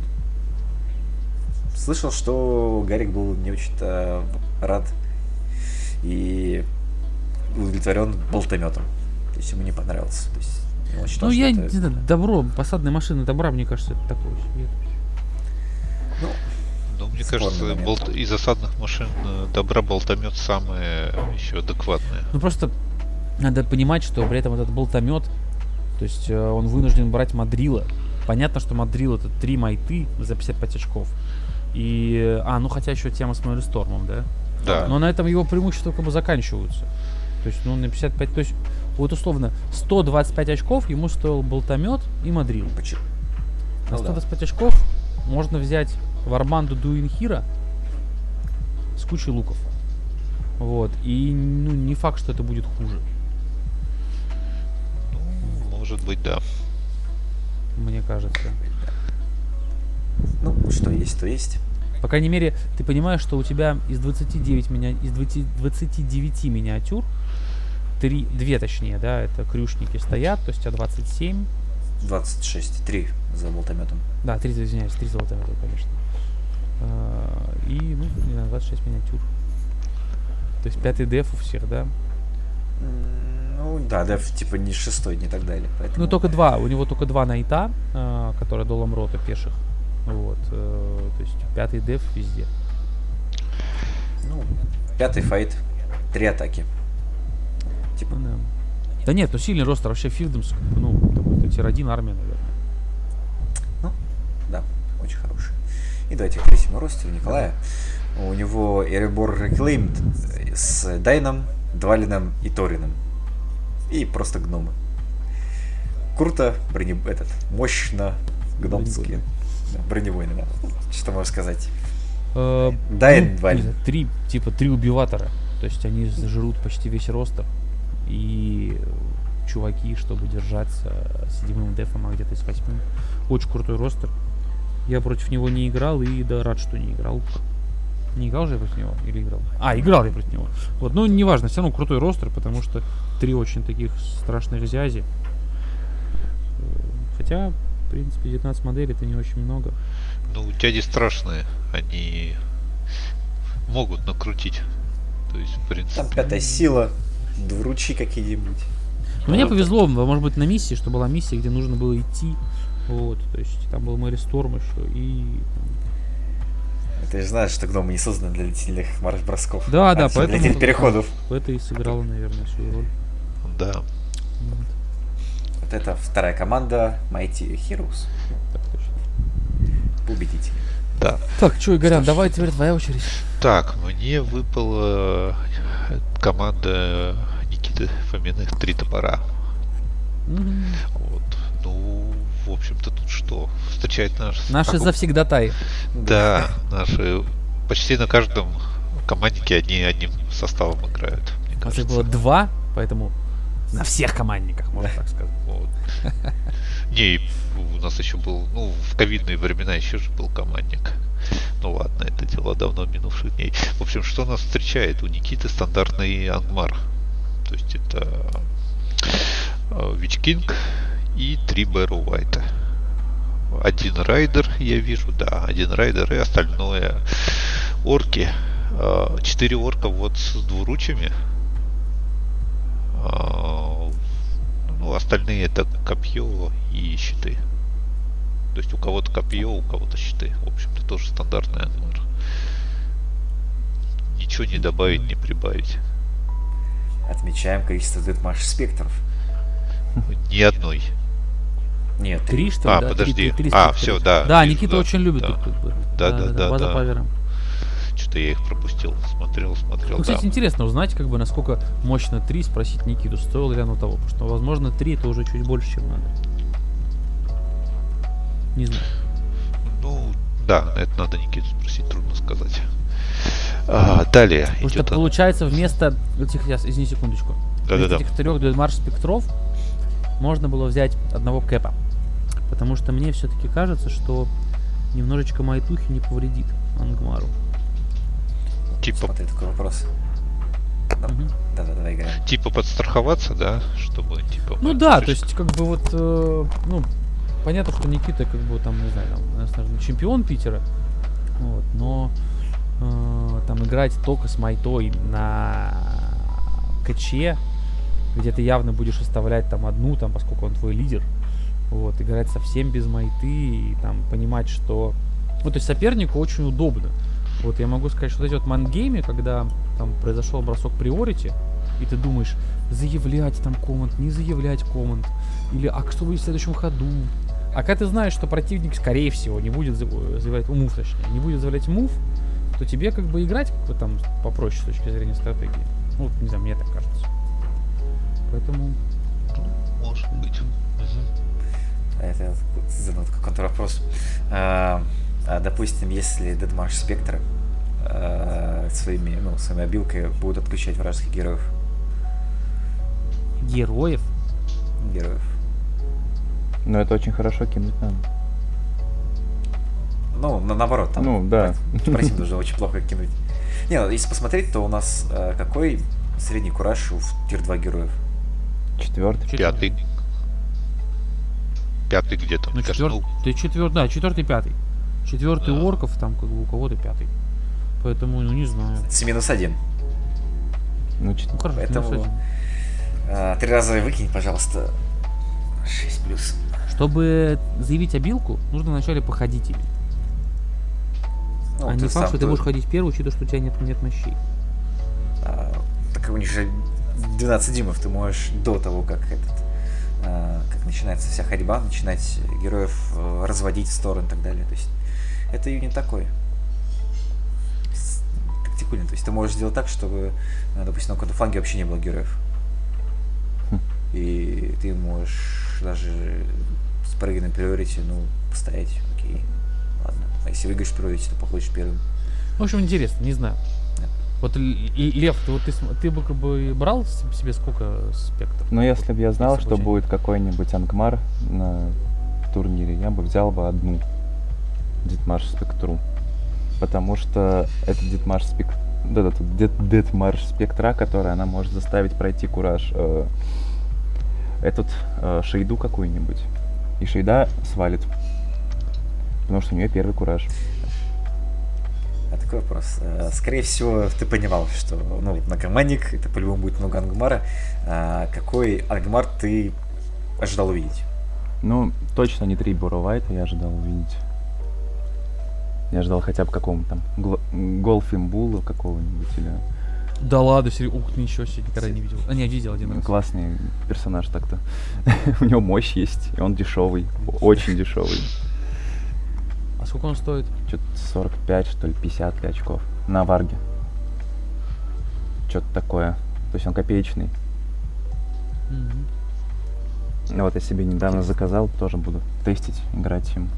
слышал, что Гарик был не очень-то рад и удовлетворен болтометом. То есть ему не понравился. То есть, он считал, ну что я это- не знаю, добро, посадные машины добра, мне кажется, это такое себе. Ну, Ну, мне Спорный кажется, момент. болт... из осадных машин э, добра болтомет самые еще адекватные. Ну просто надо понимать, что при этом этот болтомет, то есть э, он вынужден брать Мадрила. Понятно, что Мадрил это три майты за пятьдесят пять очков. И. э, А, ну хотя еще тема с Мейлистормом, да? Да. Но на этом его преимущества как бы заканчиваются. То есть, ну, на пятьдесят пять, то есть, вот условно, сто двадцать пять очков ему стоил болтомет и Мадрил. почему? На Ну сто да. двадцать пять очков можно взять Варманду Дуинхира с кучей луков. Вот. И ну не факт, что это будет хуже, Ну, может быть, да. мне кажется. Ну, что есть, то есть. По крайней мере, ты понимаешь, что у тебя из двадцати девяти, меня, из двадцати, двадцати девяти миниатюр, три, две точнее, да, это крюшники стоят, то есть у тебя двадцать семь. двадцать шесть, три за болтометом. Да, три, извиняюсь, три за болтометом, конечно. А, и, ну, не знаю, двадцать шесть миниатюр. То есть пятый деф у всех, да? Ну, да, деф типа не шестой, не так далее. Поэтому... Ну, только два, у него только два найта, а, которые до ламрота пеших. Вот, э, то есть пятый деф везде. Ну, пятый файт, три атаки. Типа. Ну, да. Да нет, ну сильный ростер, вообще Филдемс, ну, такой тир один армия, наверное. Ну, да, очень хороший. И давайте к третьему ростеру Николая. У него Эребор Reclaimed с Дайном, Двалином и Торином. И просто гномы. Круто, броне... этот, мощно, гномские. Да, броневойны, да. Что можно сказать? Э, Дайн, ну, Двалин. не знаю, три, типа, три убиватора. То есть они жрут почти весь ростер. И чуваки, чтобы держаться седьмым дефом, а где-то с восьмым. Очень крутой ростер. Я против него не играл и да рад, что не играл. Не играл же я против него? Или играл? А, играл я против него. Вот, ну неважно, все равно крутой ростер, потому что три очень таких страшных зязи. Хотя, в принципе, девятнадцать моделей это не очень много. Ну, дяди страшные. Они могут накрутить. То есть, в принципе... Там пятая сила, двуручи какие-нибудь. Ну, мне Вот. повезло, может быть, на миссии, что была миссия, где нужно было идти. Вот, то есть там был Мэри Сторм еще и... Ты же знаешь, что гномы не созданы для длительных марш-бросков. Да, а да, для поэтому... длительных переходов. Это и сыграло, наверное, свою роль. Да. Вот, Вот это вторая команда Mighty Heroes. так точно. Победители. Да. Так, что, Игорян, Что ж. давай теперь твоя очередь. Так, мне выпала команда Никиты Фоминых «Три топора». Мгм. Вот. Ну, в общем-то, тут что? Встречает наш... Наши как- завсегдатай. Да, наши... Почти на каждом команднике одни одним составом играют, мне У нас их кажется. было два, поэтому на всех командниках, можно так сказать. Вот. Не, и у нас еще был, ну, в ковидные времена еще же был командник. Ну ладно, это дело давно минувших дней. В общем, что нас встречает? У Никиты стандартный Ангмар. То есть это Вич Кинг и три Бэру Уайта. Один райдер, я вижу, да, один райдер и остальное орки. А, Четыре орка вот с двуручами. А, Ну, остальные это копье и щиты. То есть у кого-то копье, у кого-то щиты. В общем-то, тоже стандартный Ангмар. Ничего не добавить, не прибавить. Отмечаем количество Дедмаш спектров. Ни одной. Нет, Три, что ли? А, да? подожди. Три- три А, спектра. всё, да, Да, вижу, Никита да, очень любит да. их тут. Да, да, да, База да. павером. Что-то я их пропустил. Смотрел, смотрел, Ну, кстати, да. интересно узнать, как бы, насколько мощно три, спросить Никиту, стоило ли оно того. Потому что, возможно, три это уже чуть больше, чем надо. Не знаю. Ну, да, это надо Никиту спросить, трудно сказать. А, далее Потому что идет... получается вместо этих, я, извини секундочку, Да-да-да. вместо этих трех Дедмарш спектров можно было взять одного кэпа. Потому что мне все-таки кажется, что немножечко майтухи не повредит Ангмару. Типа, смотри, такой вопрос. Да, Мгм. да, да, давай играем. типа подстраховаться, да, чтобы типа. Ну мы да, то слишком- есть как бы вот, э, ну, понятно, что Никита как бы там, не знаю, там, у нас, наверное, чемпион Питера, вот, но э, там играть только с майтой на каче, где ты явно будешь оставлять там одну, там, поскольку он твой лидер, вот, играть совсем без майты и там понимать, что, ну, то есть сопернику очень удобно. Вот я могу сказать, что вот эти вот мангеймы, когда там произошел бросок приорити, и ты думаешь, заявлять там команд, не заявлять команд, или а что будет в следующем ходу. А когда ты знаешь, что противник, скорее всего, не будет зав- заявлять, мув точнее, не будет заявлять мув, то тебе как бы играть как бы там попроще с точки зрения стратегии. Ну, вот, не знаю, мне так кажется. Поэтому... Ну, может быть. Мгм. Это заданный контрвопрос. А, а, допустим, если Дедмаш спектры а, своими, ну, своими обилкой будут отключать вражеских героев. Героев? Героев. Но это очень хорошо кинуть надо. Ну, на, наоборот, там. Ну, да. Просим даже очень плохо кинуть. Не, ну, если посмотреть, то у нас э, какой средний кураж в тир два героев? Четвертый. Пятый. Пятый где-то. Ну, мне кажется, четвертый, ты четвертый, да, четвертый, пятый. Четвертый Да. у орков, там как бы у кого-то пятый. Поэтому, ну, не знаю. С минус один. Ну, чет- Ну, хорошо, Поэтому минус один. э, три раза выкинь, пожалуйста. шесть плюс. Чтобы заявить обилку, нужно вначале походить ими. Ну, а не ты факт, сам что ты тут, будешь ходить первый, учитывая, что у тебя нет, нет мощей. а, так у них же двенадцать димов, ты можешь до того, как этот, а, как начинается вся ходьба, начинать героев э, разводить в сторону и так далее. То есть это юнит такой. С- Тактикульный. То есть ты можешь сделать так, чтобы, э, допустим, на каком-то фланге вообще не было героев. Хм. И ты можешь даже с прыгой на приорите, ну, постоять, окей. Ладно. А если выиграешь приорите, то походишь первым. В общем, интересно, не знаю. Да. Вот, Л- Л- Лев, ты, вот ты, см- ты бы как бы брал с- себе сколько спектров? Но если бы я знал, Если что случайно. будет какой-нибудь Ангмар на турнире, я бы взял бы одну Дитмарш Спектру. Потому что это Дитмарш Спек... Да, да, тут Дит- Дитмарш Спектра, которая она может заставить пройти кураж э, этот э, Шейду какую-нибудь. И Шейда свалит. Потому что у нее первый кураж. А такой вопрос. Э, Скорее всего, ты понимал, что ну, многоманник, это по-любому будет много ангмара. А какой ангмар ты ожидал увидеть? Ну, точно не три Боро Вайта я ожидал увидеть. Я ожидал хотя бы какого-нибудь там Гл- Голфимбула какого-нибудь или... Да ладно, серьезно, ух ты, ничего себе, никогда не видел. А, не, видел один раз. Классный персонаж так-то. У него мощь есть, и он дешевый. Очень дешевый. А сколько он стоит? Что-то сорок пять, что ли, пятьдесят ли очков. На Варге. Что-то такое. То есть он копеечный. Мгм. Ну вот я себе недавно заказал, тоже буду тестить, играть им.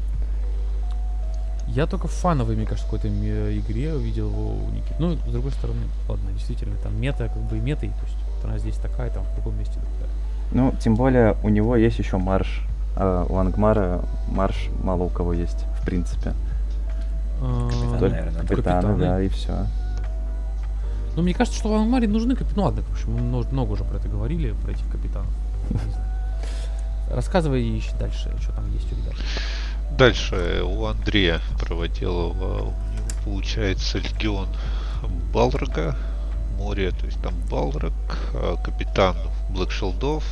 Я только в фановой, мне кажется, какой-то м- игре увидел его у Никиты. Ну, с другой стороны, ладно, действительно, там мета как бы и метой, то есть вот она здесь такая, там в другом месте такая. Ну, тем более у него есть еще марш. А у Ангмара марш мало у кого есть, в принципе. А, Капитан, Только наверное, да. капитаны, Капитаны. да, и все. Ну, мне кажется, что в Ангмаре нужны капитаны. Ну ладно, в общем, мы мно- много уже про это говорили, про этих капитанов. Не знаю. Рассказывай еще дальше, что там есть у ребят. Дальше у Андрея Проводелова, у него получается легион Балрога, море, то есть там Балрог, а, капитан Блэкшелдов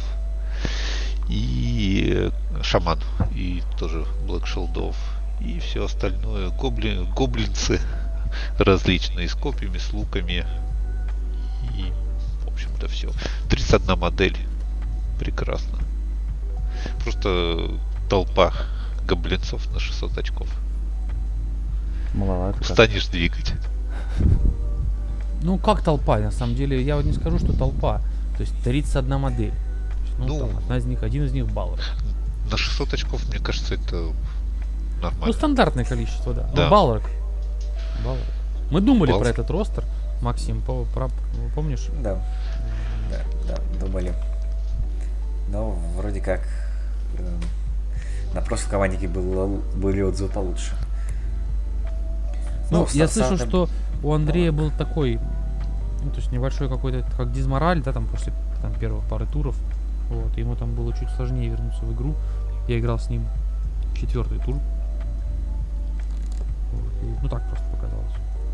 и шаман, и тоже Блэкшелдов, и все остальное, гоблин, гоблинцы различные, с копьями, с луками, и в общем-то все. тридцать одна модель, прекрасно. Просто толпа гоблинцов на шестьсот очков. Маловато. как. Устанешь двигать. Ну, как толпа, на самом деле, я вот не скажу, что толпа. То есть тридцать одна модель. То есть, ну, Ну. там, одна из них, один из них Балрог. На шестьсот очков, мне кажется, это Ну, нормально. стандартное количество, да. Да. Ну, Балрог. Балрог. Мы думали Балрог. про этот ростер. Максим, по- про- помнишь? Да. Да, да, думали. Но вроде как эм, на прошлом команднике был, были отзывы получше. Ну, в я Стар- слышал, Стартом- что у Андрея был такой, ну, то есть небольшой какой-то, как дизмораль, да, там после там, первых пары туров. Вот, ему там было чуть сложнее вернуться в игру. Я играл с ним четвертый тур. Вот, и, ну так просто показалось.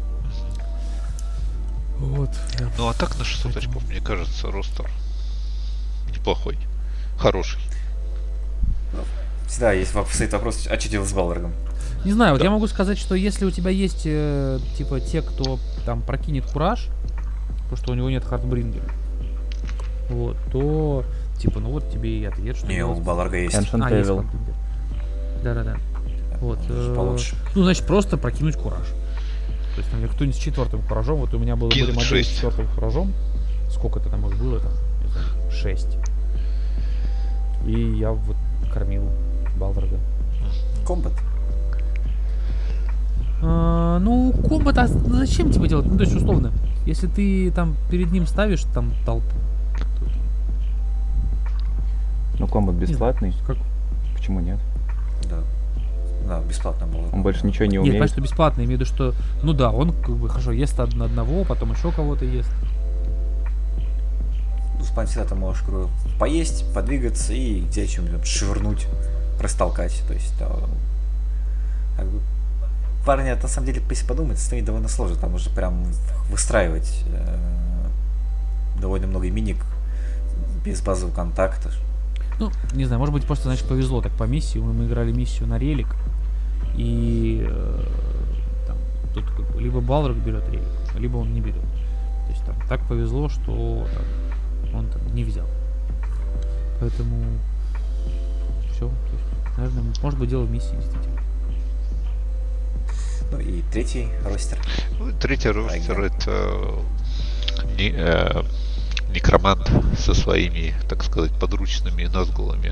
Вот. да. Ну а так на шестьсот Поэтому- очков, мне кажется, ростер неплохой. Хороший. Всегда есть воп- стоит вопрос, а что делать с Балрогом? Не знаю, вот Да. я могу сказать, что если у тебя есть, э, типа, те, кто там прокинет кураж, потому что у него нет хардбрингера, вот, то, типа, ну вот тебе и ответ, что Не, у делать. Балрога есть. Ancient А, есть Devil. хардбрингер. Да-да-да. Вот. Он же э, получше. Ну, значит, просто прокинуть кураж. То есть, там, кто-нибудь с четвертым куражом, вот у меня было, были Кинуть модели с шесть. четвертым куражом, сколько это там их было, там, не знаю, шесть. И я вот кормил Балрога. Комбат. А, ну, комбат, а зачем тебе делать? Ну, то есть, условно, если ты там перед ним ставишь там толпу, то, Ну, комбат не знаю, бесплатный. как... Почему нет? Да. Да, бесплатно было. Он больше ничего не Нет, умеет. понимаешь, что бесплатно, имею в виду, что, ну да, он как бы хорошо ест од- одного, потом еще кого-то ест. Ну, с всегда ты можешь, говорю, поесть, подвигаться и где чем-нибудь швырнуть, растолкать. То есть, да, как бы, парня, на самом деле, если подумать, становится довольно сложно. Там уже прям выстраивать э, довольно много миник без базового контакта. Ну, не знаю, может быть, просто, значит, повезло так по миссии. Мы, мы играли миссию на релик, и э, там, тут как бы либо Балрог берет релик, либо он не берет. То есть там так повезло, что там, он там не взял. Поэтому все. Наверное, может быть, дело в миссии, действительно. Ну и третий ростер. Ну, третий ростер это не, э, некромант со своими, так сказать, подручными назгулами.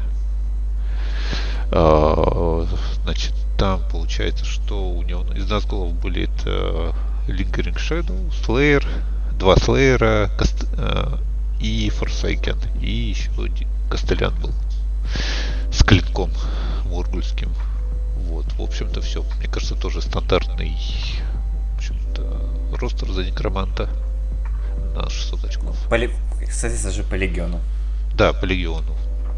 Э, значит, там получается, что у него из назгулов были это Lingering Shadow, Slayer, два Slayer Кост, э, и Forsaken, и еще один Костелян был с клинком мургульским. Вот, в общем-то, все. Мне кажется, тоже стандартный, в общем-то, ростер за некроманта на шестьсот очков. Поли... Соответственно же по легиону. Да, по легиону.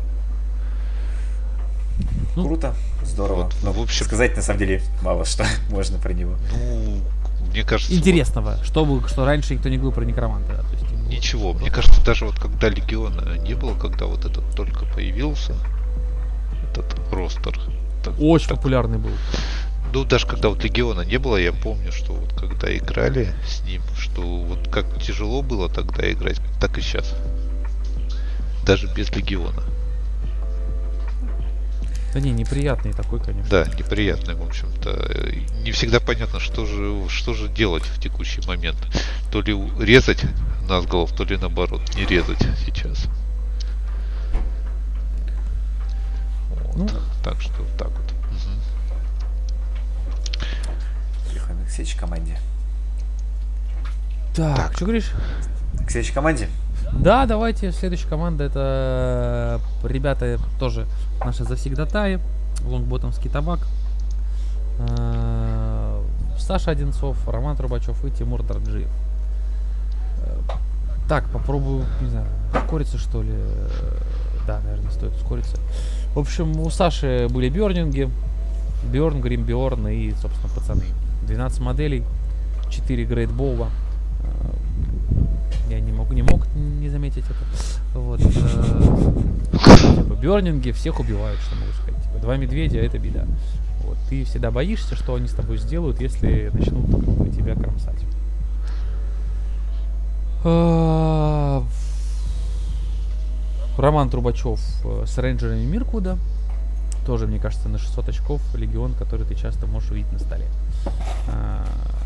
Ну, Круто, здорово. Вот, Но в общем- сказать на самом деле мало что можно про него. Ну, мне кажется... интересного, что, бы- что раньше никто не говорил про некроманта. Да, то есть, им вот было- ничего. Мне кажется, даже вот когда легиона не было, когда вот этот только появился, этот ростер. так- Очень так, популярный был. Ну, даже когда вот легиона не было, я помню, что вот когда играли с ним, что вот как тяжело было тогда играть, так и сейчас. Даже без легиона. Да не, неприятный такой, конечно. Да, неприятный, в общем-то. Не всегда понятно, что же, что же делать в текущий момент. То ли резать назголов, то ли наоборот, не резать сейчас. Вот. Ну. Так что так вот. Мгм. Переходим к следующей команде. Так, Так. что говоришь? К следующей команде? Да, давайте, следующая команда, это э, ребята тоже наши завсегдатаи, лонгботомский табак. Э, Саша Одинцов, Роман Трубачев и Тимур Дарджиев. Э, Так, попробую, не знаю, ускориться что ли. Э, Да, наверное, стоит ускориться. В общем, у Саши были бёрнинги, Бёрн, Грим Бёрн и, собственно, пацаны. двенадцать моделей, четыре грейтбола. Я не мог, не мог не заметить это. Вот. э, Типа, бёрнинги всех убивают, что могу сказать. Типа, два медведя — это беда. Вот. Ты всегда боишься, что они с тобой сделают, если начнут как бы, тебя кромсать. А, Роман Трубачев э, с рейнджерами Миркуда. Тоже, мне кажется, на шестьсот очков легион, который ты часто можешь увидеть на столе. А,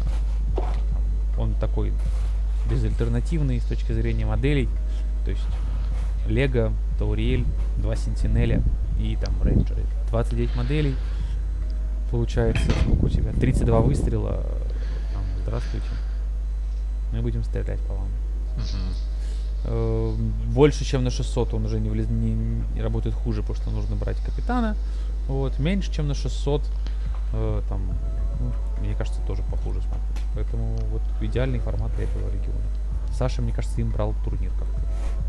Он такой безальтернативный с точки зрения моделей. То есть Лего, Тауриэль, два Сентинеля и там рейнджеры. двадцать девять моделей. Получается, сколько у тебя? тридцать два выстрела. Там, здравствуйте. Мы будем стрелять по вам. Мгм. Э, Больше, чем на шестьсот он уже не, влез- не, не работает хуже, потому что нужно брать капитана. Вот. Меньше, чем на шестьсот, э, там, ну, мне кажется, тоже похуже смотрится. Поэтому вот идеальный формат для этого региона. Саша, мне кажется, им брал турнир как-то.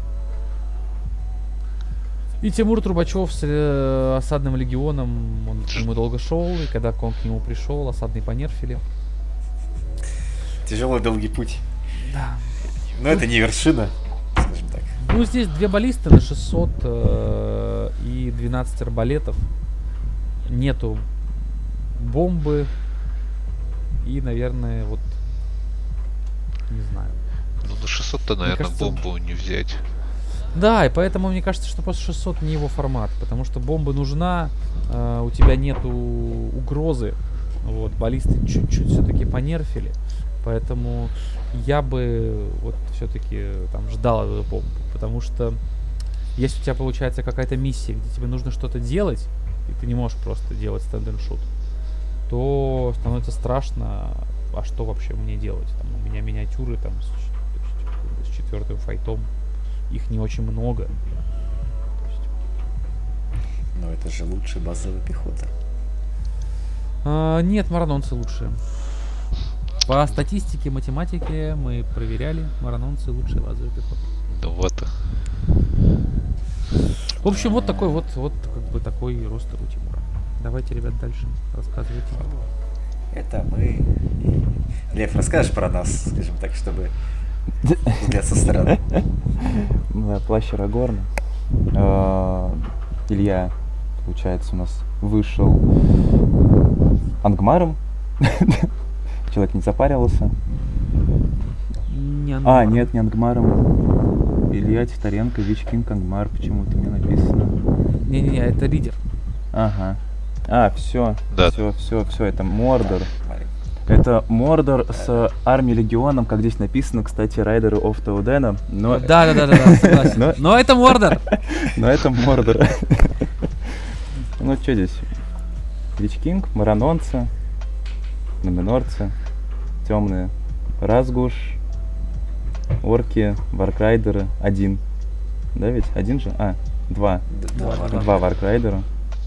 И Тимур Трубачев с э, осадным легионом, он к нему долго шел, и когда он к нему пришел, осадный понерфили. Тяжелый долгий путь. Да. Но это не вершина, скажем так. Ну, здесь две баллисты на шестьсот э, и двенадцать арбалетов. Нету бомбы. И, наверное, вот... Не знаю. Ну, на шестьсот-то, наверное, кажется, бомбу не взять. Да, и поэтому мне кажется, что после шестьсот не его формат. Потому что бомба нужна, э, у тебя нету угрозы. Вот, баллисты чуть-чуть все-таки понерфили. Поэтому я бы вот все-таки там ждал эту бомбу. Потому что если у тебя получается какая-то миссия, где тебе нужно что-то делать, и ты не можешь просто делать стенд-н-шут, то становится страшно, а что вообще мне делать? Там, у меня миниатюры там с, ч- с четвертым файтом, их не очень много. То есть, Но это же лучшая базовая пехота. А, нет, маранонцы лучшие. По статистике, математике мы проверяли, маранонцы лучшие базовые пехоты. Ну вот. В общем, вот такой вот, вот как бы такой ростер у Тимура. Давайте, ребят, дальше рассказывайте. Это мы. И... Лев, расскажешь про нас, скажем так, чтобы взгляд со стороны. Да, плащ Арагорна. Илья, получается, у нас вышел Ангмаром. Человек не запаривался. Не а, нет, не Ангмаром. Илья Титаренко, Вич Кинг, Ангмар. Почему-то мне написано. Не-не-не, это лидер. Ага. А, все, да. все, все, все, это Мордор. Это Мордор с армией легионом, как здесь написано, кстати, райдеры оф Теодена. Но... Да, да, да, да, согласен. Но... но это Мордор. Но это Мордор. Ну что здесь? Вич Кинг, маранонцы, нуменорцы, темные, Разгуш, орки, варкрайдеры, один. Да ведь? Один же? А, два. Два, два варкрайдера.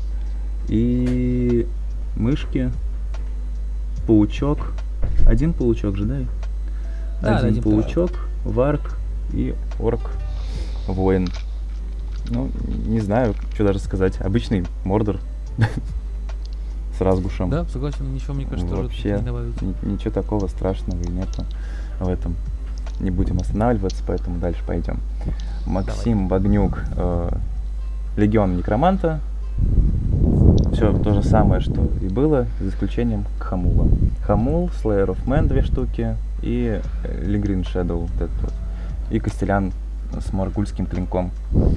И мышки, паучок. Один паучок же, да? Да, один один паучок, варк и орк воин. Ну, не знаю, что даже сказать. Обычный Мордор с Разгушем. Да, согласен, ничего, мне кажется, вообще тоже не добавить. Ничего такого страшного и нету в этом. Не будем останавливаться, поэтому дальше пойдем. Максим Давай. Багнюк, э, Легион Некроманта. Все то же самое, что и было, за исключением Хамула. Хамул, Slayer of Man две штуки и Лигрин Shadow вот этот вот. И Костелян с моргульским клинком.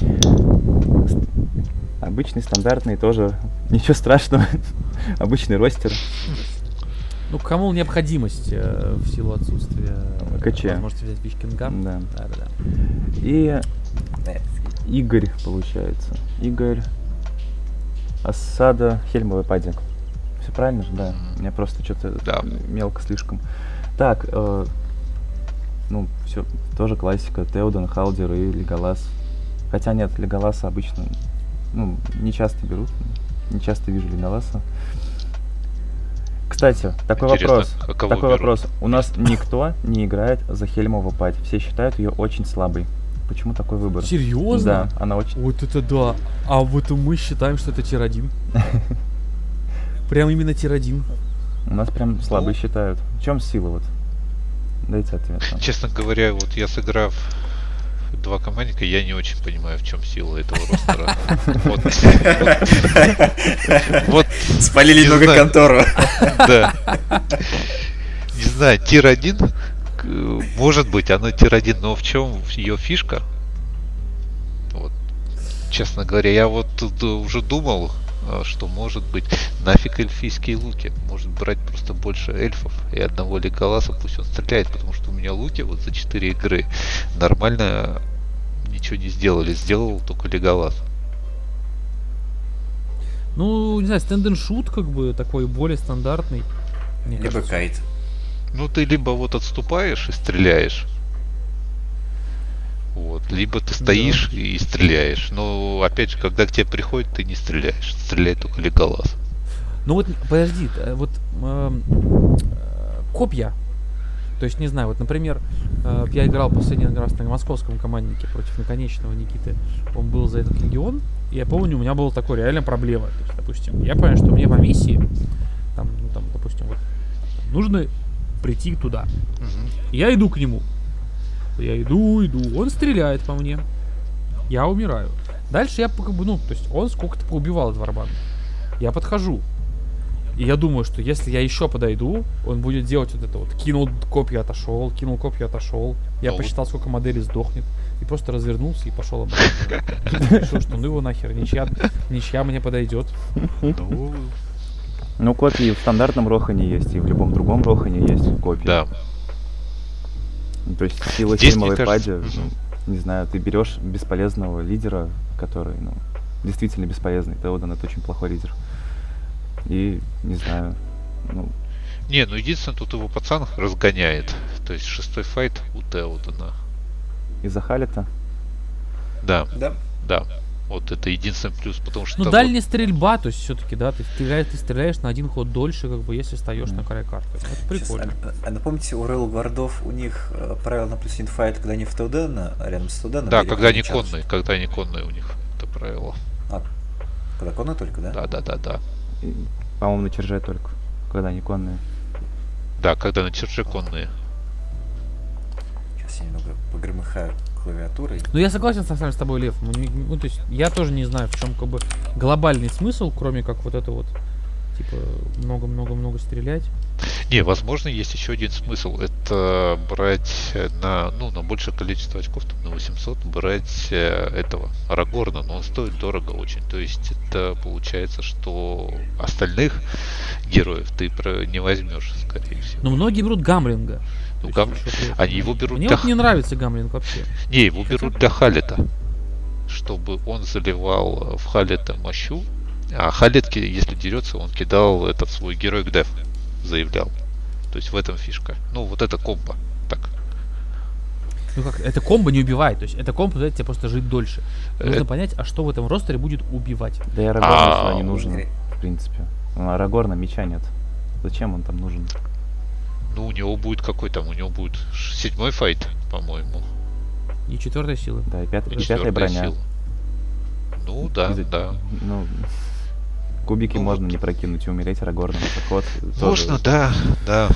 Обычный, стандартный, тоже ничего страшного. Обычный ростер. Ну, Хамул необходимость э, в силу отсутствия. КЧ. Можете взять Вичкинга. Да. Да, да, да. И Игорь, получается. Игорь. Осада Хельмовой пади. Все правильно же, да? У меня просто что-то да. мелко слишком. Так, э, ну, все, тоже классика. Теоден, Халдер и Леголас. Хотя нет, Леголаса обычно, ну, не часто берут. Не часто вижу Леголаса. Кстати, такой Интересно, вопрос. А такой берут? вопрос. У нас никто не играет за Хельмову падь. Все считают ее очень слабой. Почему такой выбор? Серьезно? Да, она очень... Вот это да. А вот мы считаем, что это тир один. Прям именно тир один. У нас прям слабые считают. В чем сила вот? Дайте ответ. Нам. Честно говоря, вот я сыграв два командника, я не очень понимаю, в чем сила этого ростера. Вот. Спалили много контору. Да. Не знаю, тир один. Может быть, она тир один, но в чем ее фишка? Вот, честно говоря, я вот тут уже думал, что может быть нафиг эльфийские луки. Может брать просто больше эльфов и одного Леголаса, пусть он стреляет, потому что у меня луки вот за четыре игры нормально ничего не сделали, сделал только Леголас. Ну, не знаю, стенд-н-шут как бы такой более стандартный. Либо кайт. Ну, ты либо вот отступаешь и стреляешь, вот, либо ты стоишь да. и стреляешь. Но, опять же, когда к тебе приходит, ты не стреляешь. Стреляет только Леголас. Ну вот, подожди, вот э, копья. То есть, не знаю, вот, например, э, я играл последний раз на московском команднике против наконечного Никиты. Он был за этот легион. И я помню, у меня была такая реально проблема. То есть, допустим, я понял, что мне по миссии, там, ну, там, допустим, вот, нужно прийти туда. Угу. Я иду к нему. Я иду, иду. Он стреляет по мне. Я умираю. Дальше я как бы, ну, то есть он сколько-то поубивал этот варбан. Я подхожу. И я думаю, что если я еще подойду, он будет делать вот это вот. Кинул копья, отошел, кинул копья, отошел. Я ну, посчитал, сколько моделей сдохнет. И просто развернулся и пошел обратно. Решил, что ну его нахер, ничья, ничья мне подойдет. Ну, ну, копии в стандартном Рохане есть, и в любом другом Рохане есть копии. Да. То есть сила Хельмовой пади, ну, не знаю, ты берешь бесполезного лидера, который, ну, действительно бесполезный. Теоден — это очень плохой лидер. И, не знаю, ну... Не, ну единственное, тут его пацан разгоняет. То есть шестой файт у Теодена. Из-за Халета? Да. Да. Да. Вот это единственный плюс, потому что... Ну, вот- дальняя стрельба, то есть все-таки, да, ты стреляешь, ты стреляешь на один ход дольше, как бы, если встаешь на край карты. Это Сейчас, прикольно. а, а напомните, у Royal Guardов у них э, правило на плюс инфайт, когда они в ТОД, на, рядом с ТОД. Да, когда они конные, когда они конные у них это правило. А, когда конные только, да? Да, да, да, да. И, по-моему, на черже только, когда они конные. Да, когда на черже конные. Сейчас я немного погромыхаю клавиатурой. Ну, я согласен с с тобой, Лев. Ну, не- ну, то есть, я тоже не знаю, в чем как бы глобальный смысл, кроме как вот это вот, типа, много-много-много стрелять. Не, возможно, есть еще один смысл. Это брать на, ну, на большее количество очков, там, на восемьсот, брать э, этого Арагорна, но он стоит дорого очень. То есть это получается, что остальных героев ты про- не возьмешь, скорее всего. Но многие берут Гамлинга. Ну, То есть Гам- еще при этом. Они его берут Мне для... вот не нравится Гамлинг вообще. Не, его Хотя- берут для Халета, чтобы он заливал в Халета мощу, а Халет, ки- если дерется, он кидал этот свой герой к деф, заявлял. То есть в этом фишка. Ну, вот это комбо. Так. Ну как, это комбо не убивает, то есть это комбо позволяет тебе просто жить дольше. Нужно Э, понять, а что в этом ростере будет убивать. Да и Арагорн А, сюда не нужен, Игорь. в принципе. У Арагорна меча нет. Зачем он там нужен? Ну, у него будет какой там? У него будет ш- седьмой файт, по-моему. И четвертой силы. Да, и, пят- и Четвёртая пятая броня. сила. Ну, да, За- да. Ну, кубики Ну, можно вот. не прокинуть и умереть Арагорном. Так вот, Можно, тоже- да, да.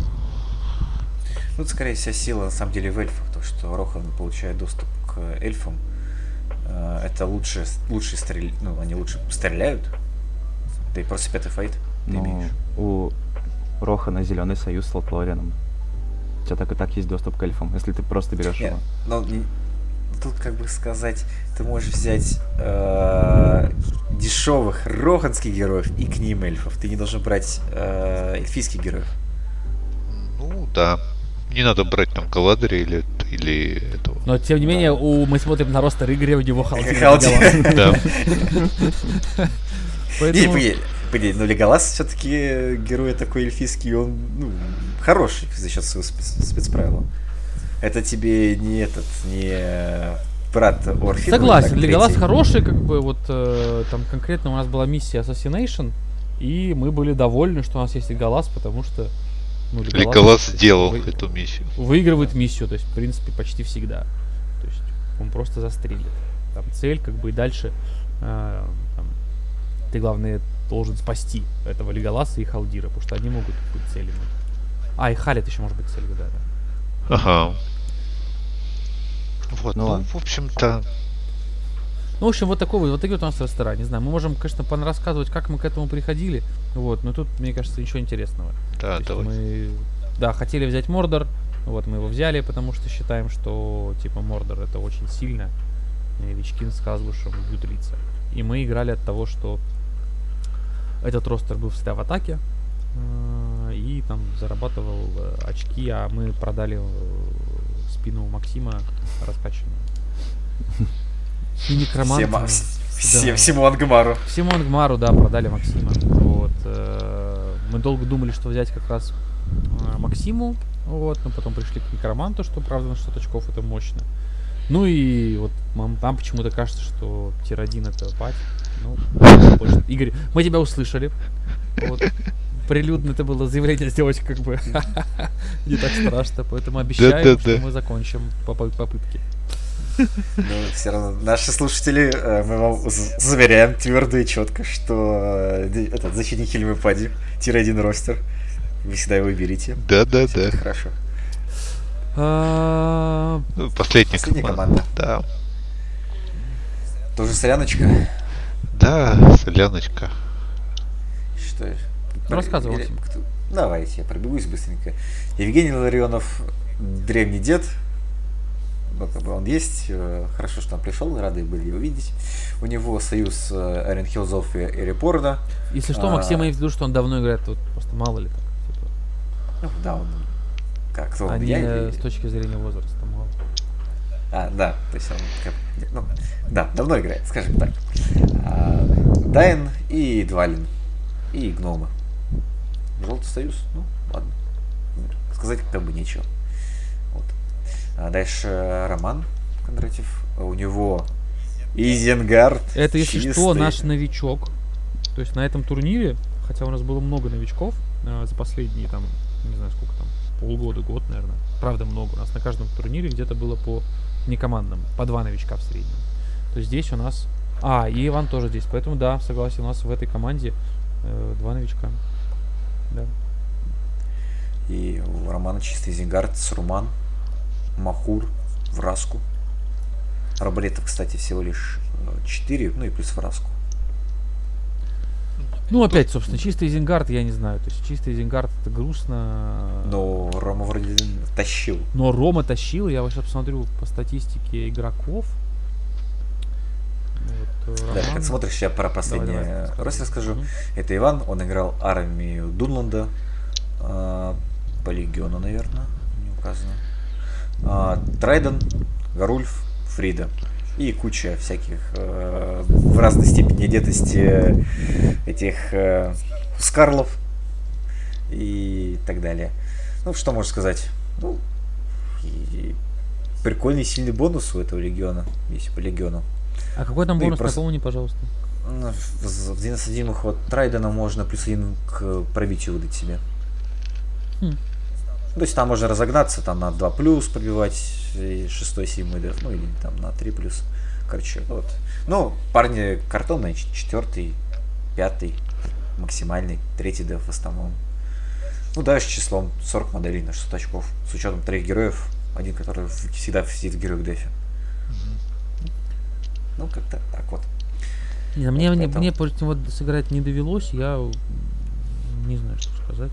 Ну, это, скорее всего, сила, на самом деле, в эльфах, то, что Рохан получает доступ к эльфам. Э, Это лучше, лучше стрель... ну, они лучше стреляют. Да и просто пятый файт ты Ну, имеешь. у Рохана зеленый союз с Лотлорианом. У тебя так и так есть доступ к эльфам, если ты просто берешь Нет, его. но не- тут, как бы сказать, ты можешь взять э, дешевых роханских героев и к ним эльфов. Ты не должен брать э, эльфийских героев. Ну, да. Не надо брать там Галадри или, или этого. Но тем не менее, у, мы смотрим на ростер Игоря, у него Халдин. Халдин. Да. Не, Поэтому... погоди, погоди, но Леголас все-таки герой такой эльфийский, он ну, хороший за счет своего спец- спецправила. Это тебе не этот, не брат Орфина. Согласен, Леголас хороший, как бы вот э, там конкретно у нас была миссия Assassination, и мы были довольны, что у нас есть Леголас, потому что ну, Леголас сделал вы- эту миссию. выигрывает миссию, то есть в принципе почти всегда. То есть он просто застрелит. Там цель, как бы и дальше э, там, ты главное должен спасти этого Леголаса и Халдира, потому что они могут быть целями. А, и Халет еще может быть целью, да, да. Ага. Вот, Ну ну, ладно. в общем-то, Ну, в общем, вот такой вот, вот такой вот у нас ресторан. Не знаю, мы можем, конечно, рассказывать, как мы к этому приходили, вот, но тут, мне кажется, ничего интересного. да, То есть давай. мы, да, хотели взять Мордор, вот, мы его взяли, потому что считаем, что, типа, Мордор это очень сильно, и Вичкин с Хазгушем бьют лица. И мы играли от того, что этот ростер был всегда в атаке, э, и там зарабатывал э, очки, а мы продали э, спину Максима раскачанную. И некромант. Всем, э, всем, да. всему Ангмару. Всему Ангмару, да, продали Максима. Вот. э, Мы долго думали, что взять как раз э, Максиму, вот, но потом пришли к Некроманту, что, правда, на шестьсот очков это мощно. Ну и вот нам, нам почему-то кажется, что тир один это пать. Ну, больше- Игорь, мы тебя услышали. Вот. Прилюдно это было заявление сделать как бы не так страшно, поэтому обещаем, Да-да-да. что мы закончим попы- попытки. Но все равно наши слушатели, э, мы вам з- заверяем твердо и четко, что э, д- этот защитник Хельмы Пади, тир один ростер. Вы всегда его берите. Да, да, Всё да. будет хорошо. А, Ну, Последняя, Последняя команда. команда. Да. Тоже соляночка. Да, соляночка. Что? Ну, рассказывай, Или- Максим. кто- Давайте, я пробегусь быстренько. Евгений Ларионов, древний дед. Ну, как бы он есть. э, Хорошо, что он пришел, рады были его видеть. У него союз э, Эрен Хилзов и Эрипорда. Если что, А. Максим имеет в виду, что он давно играет, вот просто мало ли так. Типа, Ну, да, он как-то он а не влияет. с точки зрения возраста мало. А, да, то есть он как, ну, да, давно играет, скажем так. А, Дайн и Двалин. И гномы. Желтый союз, ну, ладно. Сказать как бы нечего. Вот. А дальше Роман Кондратьев. У него Изенгард. Это, если чистый. что, наш новичок. То есть на этом турнире, хотя у нас было много новичков э, за последние, там, не знаю сколько там, полгода, год, наверное. Правда, много. У нас на каждом турнире где-то было по некомандным, по два новичка в среднем. То есть здесь у нас... А, и Иван тоже здесь. Поэтому, да, согласен, у нас в этой команде э, два новичка. Да. И у Романа чистый Изенгард, Сурман, Махур, Враску. Арбалетов, кстати, всего лишь четыре, ну и плюс Враску. Ну, опять, собственно, чистый Изенгард, я не знаю. То есть чистый Изенгард это грустно. Но Рома вроде тащил. Но Рома тащил, я сейчас посмотрю по статистике игроков. Вот, Да, как смотришь, сейчас про последний раз расскажу. Угу. Это Иван, он играл армию Дунланда, э, по легиону, наверное, не указано. Э, Трайден, Гарульф, Фрида. И куча всяких э, в разной степени одетости этих э, скарлов и так далее. Ну, что можно сказать? Ну, и прикольный сильный бонус у этого легиона, если по легиону. А какой там ну бонус, просто... напомни, пожалуйста. В девяносто один ход Трайдена можно плюс один к пробитию выдать себе. Хм. То есть там можно разогнаться, там на два плюс пробивать шестой, седьмой деф, ну или там на три плюс. Короче, вот. Ну, парни картонные, четвертый, пятый, максимальный, третий деф в основном. Ну, дальше числом сорок моделей на шестьсот очков. С учетом троих героев, один, который всегда сидит в героях дефе. Mm-hmm. Ну, как-то так вот. Не, мне, вот мне, мне против него сыграть не довелось, я не знаю, что сказать.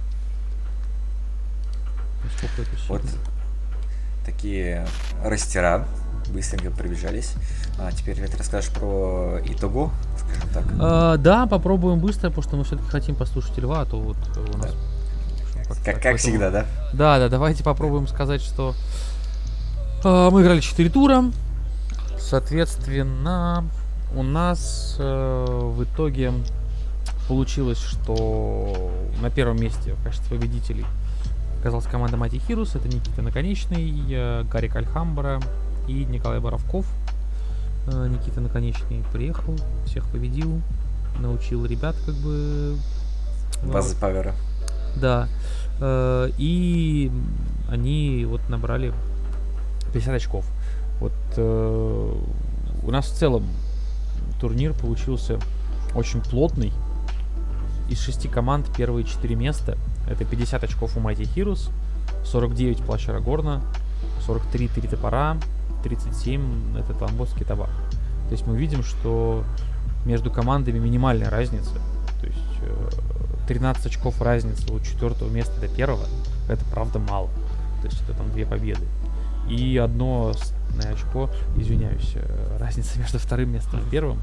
Насколько это сильно. Вот такие растера быстренько пробежались. А теперь ты расскажешь про итого, скажем так. А, да, попробуем быстро, потому что мы все-таки хотим послушать Льва, а то вот у нас... Да. Как, как, как поэтому... всегда, да? Да, да, давайте попробуем сказать, что а, мы играли четыре тура. Соответственно, у нас а, в итоге получилось, что на первом месте в качестве победителей оказалась команда Mighty Heroes. Это Никита Наконечный, Гарик Альхамбра и Николай Боровков. Никита Наконечный приехал, всех победил, научил ребят как бы... Базы павера. Да. И они вот набрали пятьдесят очков. Вот у нас в целом турнир получился очень плотный. Из шести команд первые четыре места. Это пятьдесят очков у Mighty Heroes, сорок девять Плащ Арагорна, сорок три Три Топора, тридцать семь это Ламбосский Табак. То есть мы видим, что между командами минимальная разница. То есть тринадцать очков разницы от четвертого места до первого. Это правда мало. То есть это там две победы. И одно очко, извиняюсь, разница между вторым местом и первым.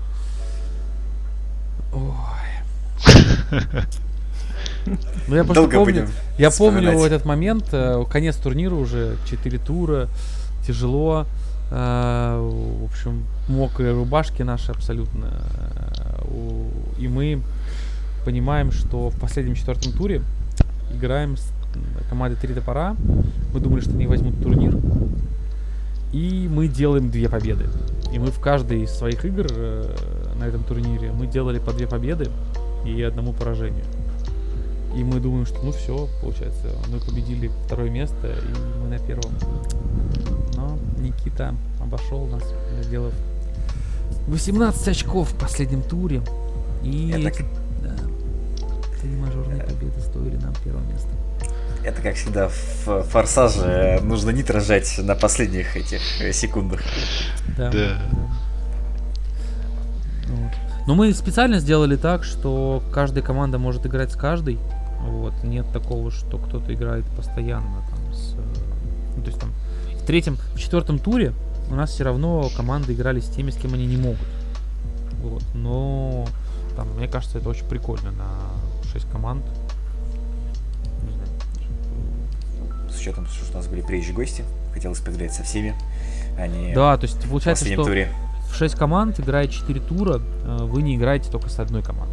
Ой. Ну, я просто помню, я помню этот момент, э, конец турнира уже, четыре тура, тяжело, э, в общем, мокрые рубашки наши абсолютно, э, и мы понимаем, что в последнем четвертом туре играем с командой Три Топора, мы думали, что они возьмут турнир, и мы делаем две победы, и мы в каждой из своих игр э, на этом турнире мы делали по две победы и одному поражению. И мы думаем, что ну все, получается, мы победили второе место, и мы на первом. Но Никита обошел нас, сделав восемнадцать очков в последнем туре. И Это... эти да, три мажорные победы стоили нам первого места. Это, как всегда, в Форсаже нужно нит рожать на последних этих секундах. Да. Да. да. Вот. Но мы специально сделали так, что каждая команда может играть с каждой. Вот. Нет такого, что кто-то играет постоянно там, с, ну, то есть там в третьем, в четвертом туре у нас все равно команды играли с теми, с кем они не могут. Вот. Но там, мне кажется, это очень прикольно на шесть команд. Не знаю. С учетом, что у нас были приезжие гости, хотелось поиграть со всеми. Они да, то есть получается, что туре. в шесть команд, играя четыре тура, вы не играете только с одной командой.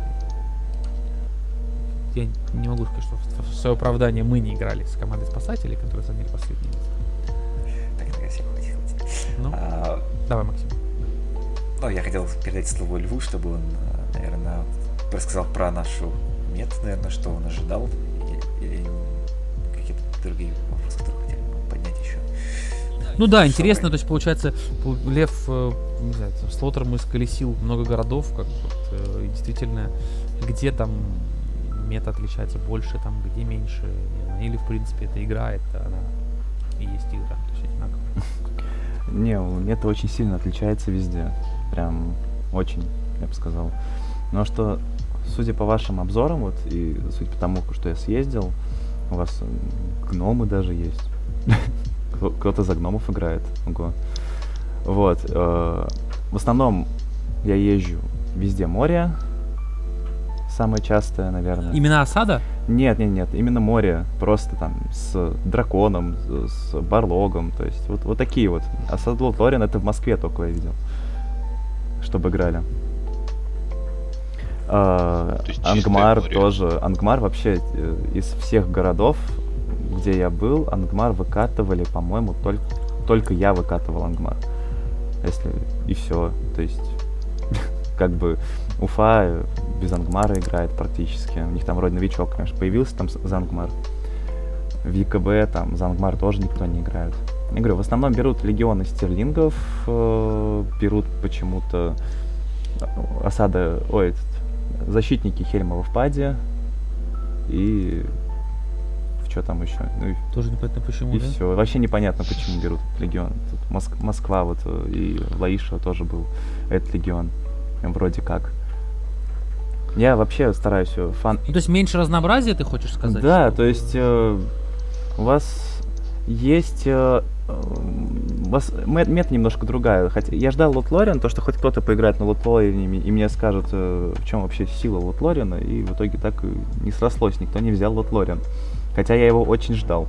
Я не могу сказать, что в свое оправдание мы не играли с командой спасателей, которые заняли последнее место. Так, так, хватит, хватит. Ну, а, давай, Максим. Ну, я хотел передать слово Льву, чтобы он, наверное, рассказал про нашу мет, наверное, что он ожидал, или, или какие-то другие вопросы, которые хотели бы поднять еще. Ну да, Что интересно, вы- то есть получается, пол- Лев, э, не знаю, с Лотером мы сколесил много городов, как вот, э, и действительно, где там мета отличается больше, там где меньше, или в принципе эта игра, это она и есть игра, то есть одинаково. Не, у- мета очень сильно отличается везде. Прям очень, я бы сказал. Но что, судя по вашим обзорам, вот, и судя по тому, что я съездил, у вас м, гномы даже есть. Кто- Кто-то за гномов играет. Ого. Вот. э, В основном я езжу везде море. Самое частое, наверное. Именно осада? Нет, нет, нет, именно море, просто там с драконом, с, с барлогом, то есть вот, вот такие вот. А Сад Лотhlórien это в Москве только я видел, чтобы играли. А, То есть чистое Ангмар море. тоже. Ангмар вообще э, из всех городов, где я был, Ангмар выкатывали, по-моему, только, только я выкатывал Ангмар. Если и все, то есть как бы Уфа э, без Ангмара играет практически. У них там вроде новичок, конечно, появился там с- за Ангмар. В ЕКБ там за Ангмар тоже никто не играет. Я говорю, в основном берут легионы стерлингов, э, берут почему-то э, осада, ой, этот, защитники Хельмова в паде и что там еще? Ну и, Тоже непонятно почему, и да? все. Вообще непонятно, почему берут этот легион. Тут Моск- Москва вот э, и Лаишево тоже был этот легион. Вроде как. Я вообще стараюсь э, фан... Ну, то есть меньше разнообразия, ты хочешь сказать? Да, что- то есть э, у вас есть... э, э, у вас мет- мета немножко другая. Хотя я ждал Лотhlórien, то, что хоть кто-то поиграет на Лотhlórien и мне скажут, э, в чем вообще сила Лотhlórien, и в итоге так и не срослось, никто не взял Лотhlórien. Хотя я его очень ждал.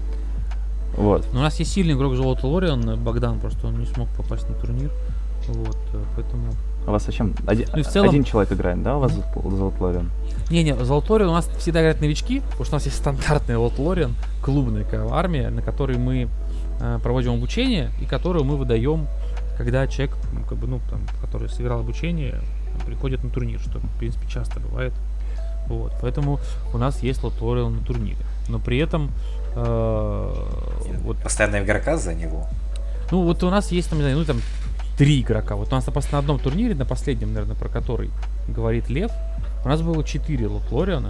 Вот. Ну, у нас есть сильный игрок Золотой Лорион, Богдан, просто он не смог попасть на турнир. Вот, э, поэтому... У вас зачем? Один, Ну и в целом- один человек играет, да, у вас за Лотhlórien? Не-не, Золотой Лорион у нас всегда играют новички, потому что у нас есть стандартный Золотой Лорион, клубная такая армия, на которой мы э, проводим обучение, и которую мы выдаем, когда человек, ну, как бы, ну, там, который сыграл обучение, приходит на турнир, что, в принципе, часто бывает. Вот, поэтому у нас есть Золотой Лорион на турнире. Но при этом э, вот, Постоянного игрока за него. ну вот у нас есть там, не знаю, ну там три игрока. Вот у нас на, пос- на одном турнире, на последнем, наверное, про который говорит Лев, у нас было четыре Лотhlóriona.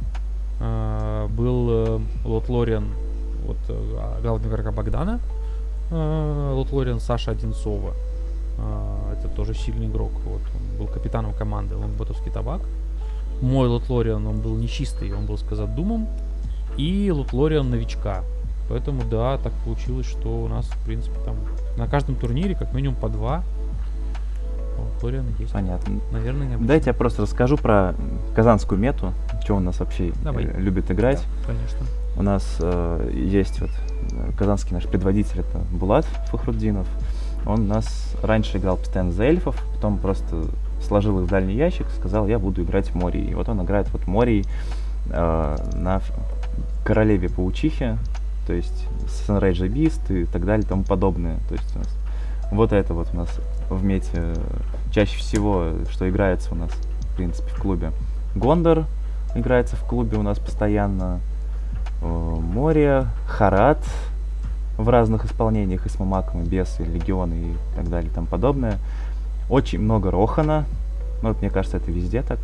А, был э, Лотhlórien вот э, главного игрока Богдана, э, Лотhlórien Саша Одинцова. А, это тоже сильный игрок. Вот, он был капитаном команды, он ботовский табак. Мой Лотhlórien, он был нечистый, он был с Казадумом. И Лотhlórien новичка. Поэтому, да, так получилось, что у нас, в принципе, там на каждом турнире как минимум по два Лотhlórien есть. Понятно. Наверное, необычно. Дайте я просто расскажу про казанскую мету, что у нас вообще Давай. э, любит играть. Конечно. У нас э, есть вот э, казанский наш предводитель, это Булат Фахруддинов. Он у нас раньше играл постоянно за эльфов, потом просто сложил их в дальний ящик, сказал, я буду играть в Мории. И вот он играет вот Мории э, на ф- королеве паучихе, то есть Sunrise Beast и так далее и тому подобное. То есть у нас вот это вот у нас в мете э, чаще всего, что играется у нас, в принципе, в клубе. Гондор играется в клубе у нас постоянно. Э, Море, Харат в разных исполнениях, и с Мамаком, и без, и Легион, и так далее и тому подобное. Очень много Рохана. Ну, вот, мне кажется, это везде так.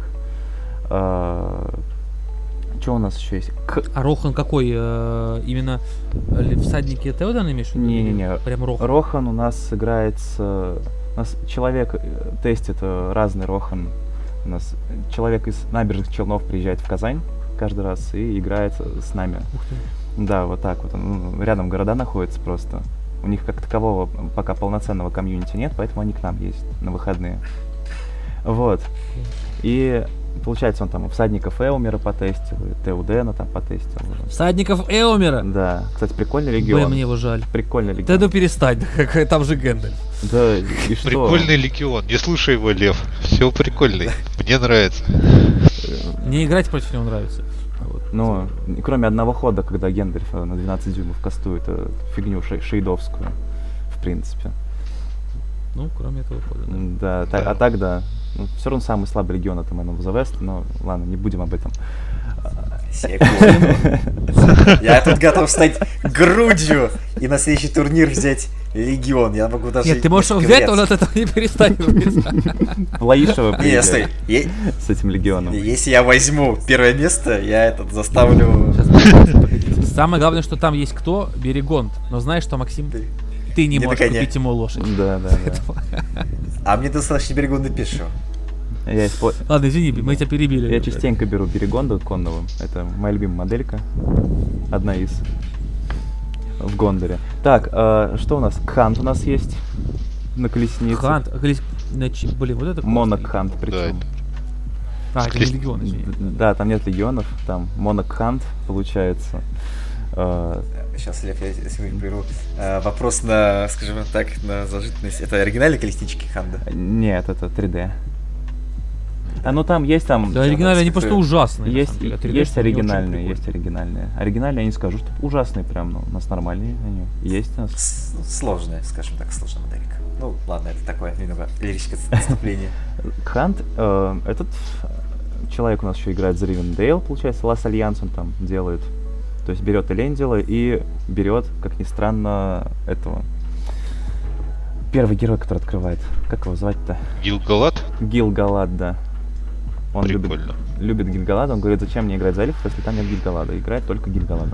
Что у нас еще есть? К- А Рохан какой? э, именно э, ли- всадники Теодана имеешь в виду? Не-не-не. Или Прям Рохан. Рохан у нас играется... У нас человек э, тестит э, разный Рохан. У нас человек из набережных Челнов приезжает в Казань каждый раз и играет с нами. Ух ты. Да, вот так вот. Ну, рядом города находятся просто. У них как такового пока полноценного комьюнити нет, поэтому они к нам ездят на выходные. Вот. И получается, он там всадников Эумера потестил, и Теудена там потестил. Всадников Эомера. Да. Кстати, прикольный Блин, регион. мне его жаль. Прикольный Да регион. ну перестань, какая там же Гэндальф. Да, и что? Прикольный легион. Не слушай его, Лев. Все прикольный. Мне нравится. Мне играть против него нравится. Вот. Ну, кроме одного хода, когда Гендальф на двенадцать дюймов кастует э, фигню шей- шейдовскую, в принципе. Ну, кроме этого хода, да. Да, та- Да. а так да. Ну, все равно самый слабый регион это Man of the West, но ладно, не будем об этом. Секунду. Я тут готов стать грудью и на следующий турнир взять Легион. Я могу даже... Нет, ты можешь его не взять, но он ковыряться. от этого не перестанет вырезать. В Лаишево Не, стой. приезжай Е- с этим легионом. Если я возьму первое место, я этот заставлю... Самое главное, что там есть кто? Берегонт. Но знаешь что, Максим? Ты- Ты не Не можешь на коне. купить ему лошадь. Да, да, да. А мне достаточно берегунный пешего. Я, испо- Ладно, извини, мы тебя перебили. я частенько беру Берегонда конного. Это моя любимая моделька. Одна из. В Гондоре. Так, а, что у нас? Хант у нас есть. На колеснице. Хант, колес- значит, блин, вот это Монок классный. Хант Да, причем. это- А, это не легион, извини. Да, там нет легионов, там Монок Хант получается. А, Сейчас, Лев, я сегодня беру э, вопрос на, скажем так, на зажиточность. Это оригинальные колеснички Ханда? Нет, это три дэ. А ну там есть там. Да, оригинальные, они просто Какой- ужасные. на Есть, самом деле. А три есть дэ-шные, они очень оригинальные, прикольные. есть оригинальные. Оригинальные я не скажу, что ужасные прям, но у нас нормальные они. Есть у нас. С- Сложная, скажем так, сложная моделька. Ну, ладно, это такое немного лирическое отступление. Хант, э, этот человек у нас еще играет за Ривендейл, получается, Лас Альянс он там делает. То есть берет Элендила и берет, как ни странно, этого. Первый герой, который открывает. Как его звать-то? Гилгалад? Гилгалад, да. Он любит, Прикольно. любит Гильгалада. Он говорит, зачем мне играть за эльфов, если там нет Гильгалада. Играет только Гильгалада.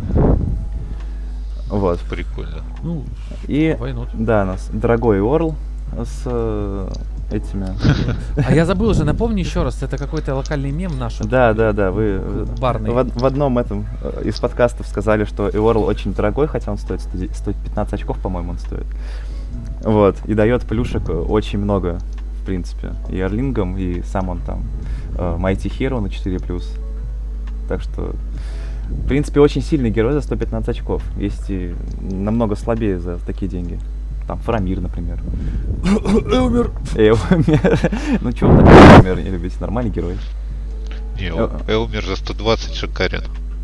Вот. Прикольно. Ну, И, why not? да, у нас дорогой Орл с э, этими... А я забыл уже, напомни еще раз, это какой-то локальный мем наш. Да, да, да, вы э, Барный. в, од- в одном этом э, из подкастов сказали, что Эорл очень дорогой, хотя он стоит сто де- сто пятнадцать очков, по-моему, он стоит. Вот, и дает плюшек э, очень много, в принципе, и Орлингам, и сам он там э, Mighty Hero на четыре плюс. Так что, в принципе, очень сильный герой за сто пятнадцать очков. Есть и намного слабее за такие деньги. Там Фарамир, например. Элмер. Элмер. Ну чё вы такой Элмер не любите? Нормальный герой. Не, Э, Элмер за сто двадцать шикарен.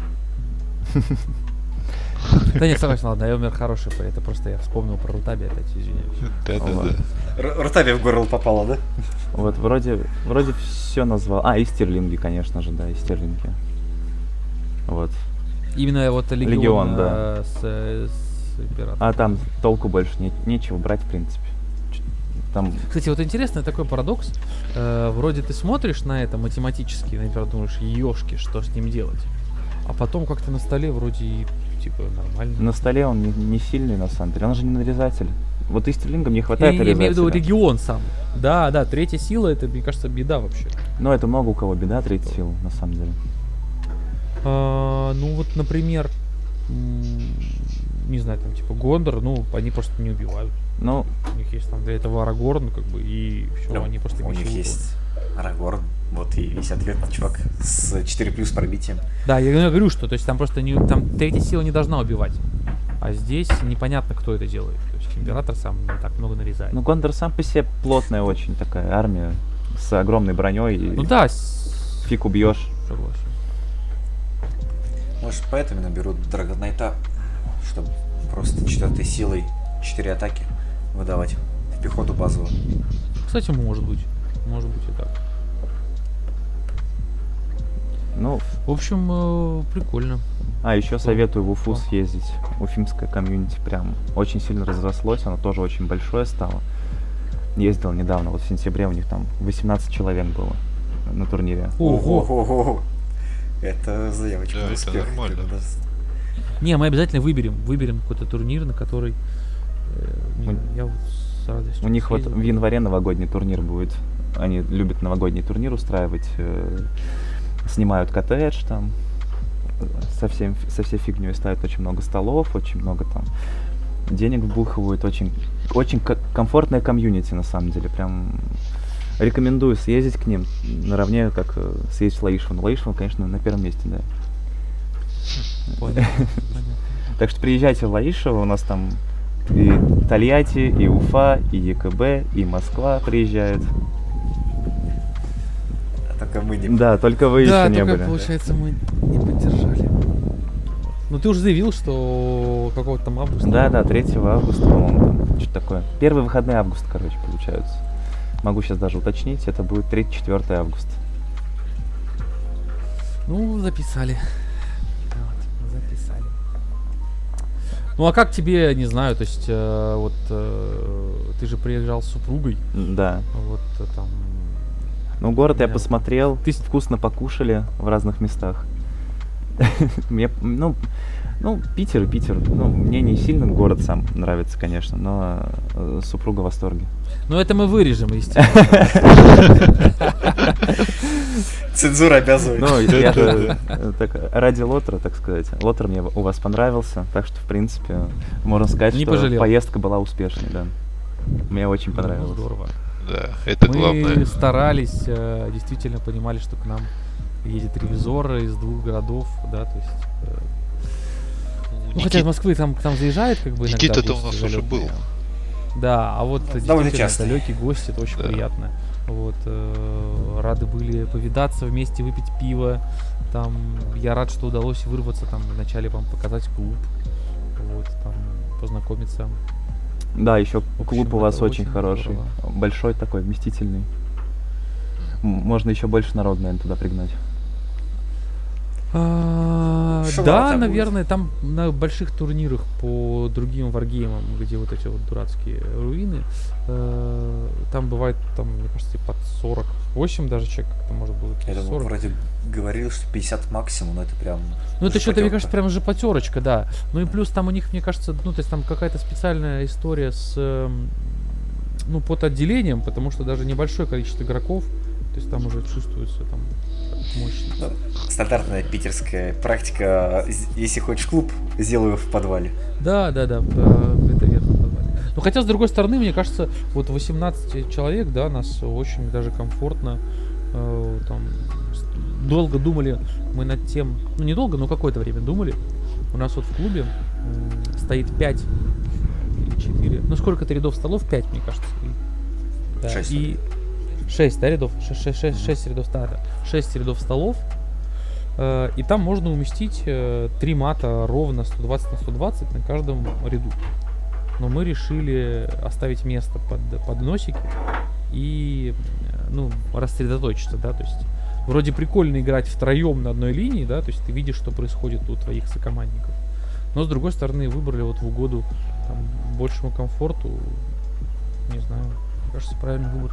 Да нет, согласен, ладно, Элмер хороший, это просто я вспомнил про Рутаби опять, извиняюсь. Вот. Да-да-да. Р- Ртаби в горло попало, да? Вот, вроде, вроде все назвал. А, и стерлинги, конечно же, да, и стерлинги. Вот. Именно вот Легион, Легион, да. э, с, э, с императором. А там толку больше не- нечего брать, в принципе. Ч- Там, Кстати, вот интересный такой парадокс. Э, вроде ты смотришь на это математически, например, думаешь, ёшки, что с ним делать? А потом как-то на столе вроде и, типа нормально. на столе он не, не сильный, на самом деле. Он же не нарезатель. Вот и стерлингам не Я, хватает я имею в виду нарезателя. регион сам. Да, да, третья сила, это, мне кажется, беда вообще. Но это много у кого беда, третья сила, на самом деле. А, ну вот, например, м, не знаю, там типа Гондор, ну, они просто не убивают. Ну, У них есть там для этого Арагорн, как бы, и все, Ну, они просто у них мечи есть Арагорн, вот и весь ответ, чувак, с четыре плюс пробитием. Да, я, я говорю, что то есть там просто не, там третья сила не должна убивать. А здесь непонятно, кто это делает. То есть император сам не так много нарезает. ну Гондор сам по себе плотная очень такая армия с огромной броней. И Ну да, с- фиг убьешь. согласен. Может, поэтому наберут Драгонайта, чтобы просто четвертой силой четыре атаки выдавать в пехоту базовую. Кстати, может быть. Может быть и так. Ну, В общем, э, прикольно. а еще советую в Уфу О. съездить. Уфимское комьюнити прям очень сильно разрослось, оно тоже очень большое стало. Ездил недавно, вот в сентябре у них там восемнадцать человек было на турнире. Ого. Ого-го-го. Это заявочка Да, на это успех. нормально. Это даже- Не, мы обязательно выберем, выберем какой-то турнир, на который э, не- У- я вот с радостью У них вот съездил. в январе новогодний турнир будет. Они любят новогодний турнир устраивать. э, Снимают коттедж там. э, Со, всем, со всей фигней ставят очень много столов, очень много там денег вбухивают. Очень, очень ко- комфортная комьюнити на самом деле. Прям рекомендую съездить к ним наравне, как э, съездить в Лаишево. Но Лаишево, конечно, на первом месте, да. Понятно, понятно. Так что приезжайте в Лаишево, у нас там и Тольятти, и Уфа, и ЕКБ, и Москва приезжают. А только мы не... Да, только вы Да, еще не только, были. получается, мы не поддержали. Ну ты уже заявил, что какого-то там августа. Да, да, третьего августа, по-моему, там что-то такое. Первые выходные августа, короче, получаются. Могу сейчас даже уточнить, это будет третьего-четвёртого августа. Ну, записали. Вот, записали. Ну а как тебе, не знаю, то есть э, вот э, ты же приезжал с супругой. Да. Вот э, там. Ну, город я Да. посмотрел, Ты- вкусно покушали в разных местах. Мне, ну, ну, Питер и Питер. Ну, мне не сильно город сам нравится, конечно, но э, супруга в восторге. Ну это мы вырежем, естественно. Цензура обязывает. Ну, я же э, так, ради Лотера, так сказать. Лотер мне у вас понравился, так что, в принципе, можно сказать, Не что пожалел. поездка была успешной, да. Мне очень Ну, понравилось. здорово. Да, это Мы главное. старались, э, действительно понимали, что к нам едет ревизор из двух городов, да, то есть. э, Ну, хотя из Москвы там, там заезжает, как бы. иногда Никита-то у гости нас уже залетные. был. Да, а вот Довольно действительно часто. далекий гость, это очень Да. приятно. Вот, э, рады были повидаться вместе, выпить пиво. Там, я рад, что удалось вырваться, там, вначале вам показать клуб. Вот, там, познакомиться. Да, еще В общем, клуб у вас это очень очень хороший. здорово. Большой такой, вместительный. М, Можно еще больше народ, наверное, туда пригнать. А, Шумно Да, там будет. наверное, там на больших турнирах по другим варгеймам, где вот эти вот дурацкие руины, э, там бывает, там, мне кажется, под сорок восемь даже человек, как-то может быть Я думаю, сорок. вроде говорил, что пятьдесят максимум, но это прям... Ну это что-то, мне жопотерка. кажется, прям же потерочка, да. Ну и плюс там у них, мне кажется, ну то есть там какая-то специальная история с, эм, ну, под отделением, потому что даже небольшое количество игроков, то есть там уже чувствуется там мощность. Ну, стандартная питерская практика. з- Если хочешь клуб, сделай его в подвале. Да, да, да, п- это верно назвали. Ну хотя, с другой стороны, мне кажется, вот восемнадцать человек, да, нас очень даже комфортно э, там с- долго думали мы над тем, ну недолго, но какое-то время думали. У нас вот в клубе м, стоит пять или четыре, ну сколько-то рядов столов, пять, мне кажется. И, да, Шесть. и шесть, да, рядов, шесть рядов, да, да, шесть рядов столов. Э, И там можно уместить э, три мата ровно сто двадцать на сто двадцать на каждом ряду. Но мы решили оставить место под, под носики и э, ну, рассредоточиться, да, то есть вроде прикольно играть втроем на одной линии, да, то есть ты видишь, что происходит у твоих сокомандников. Но с другой стороны выбрали вот в угоду там, большему комфорту, не знаю, мне кажется, правильный выбор.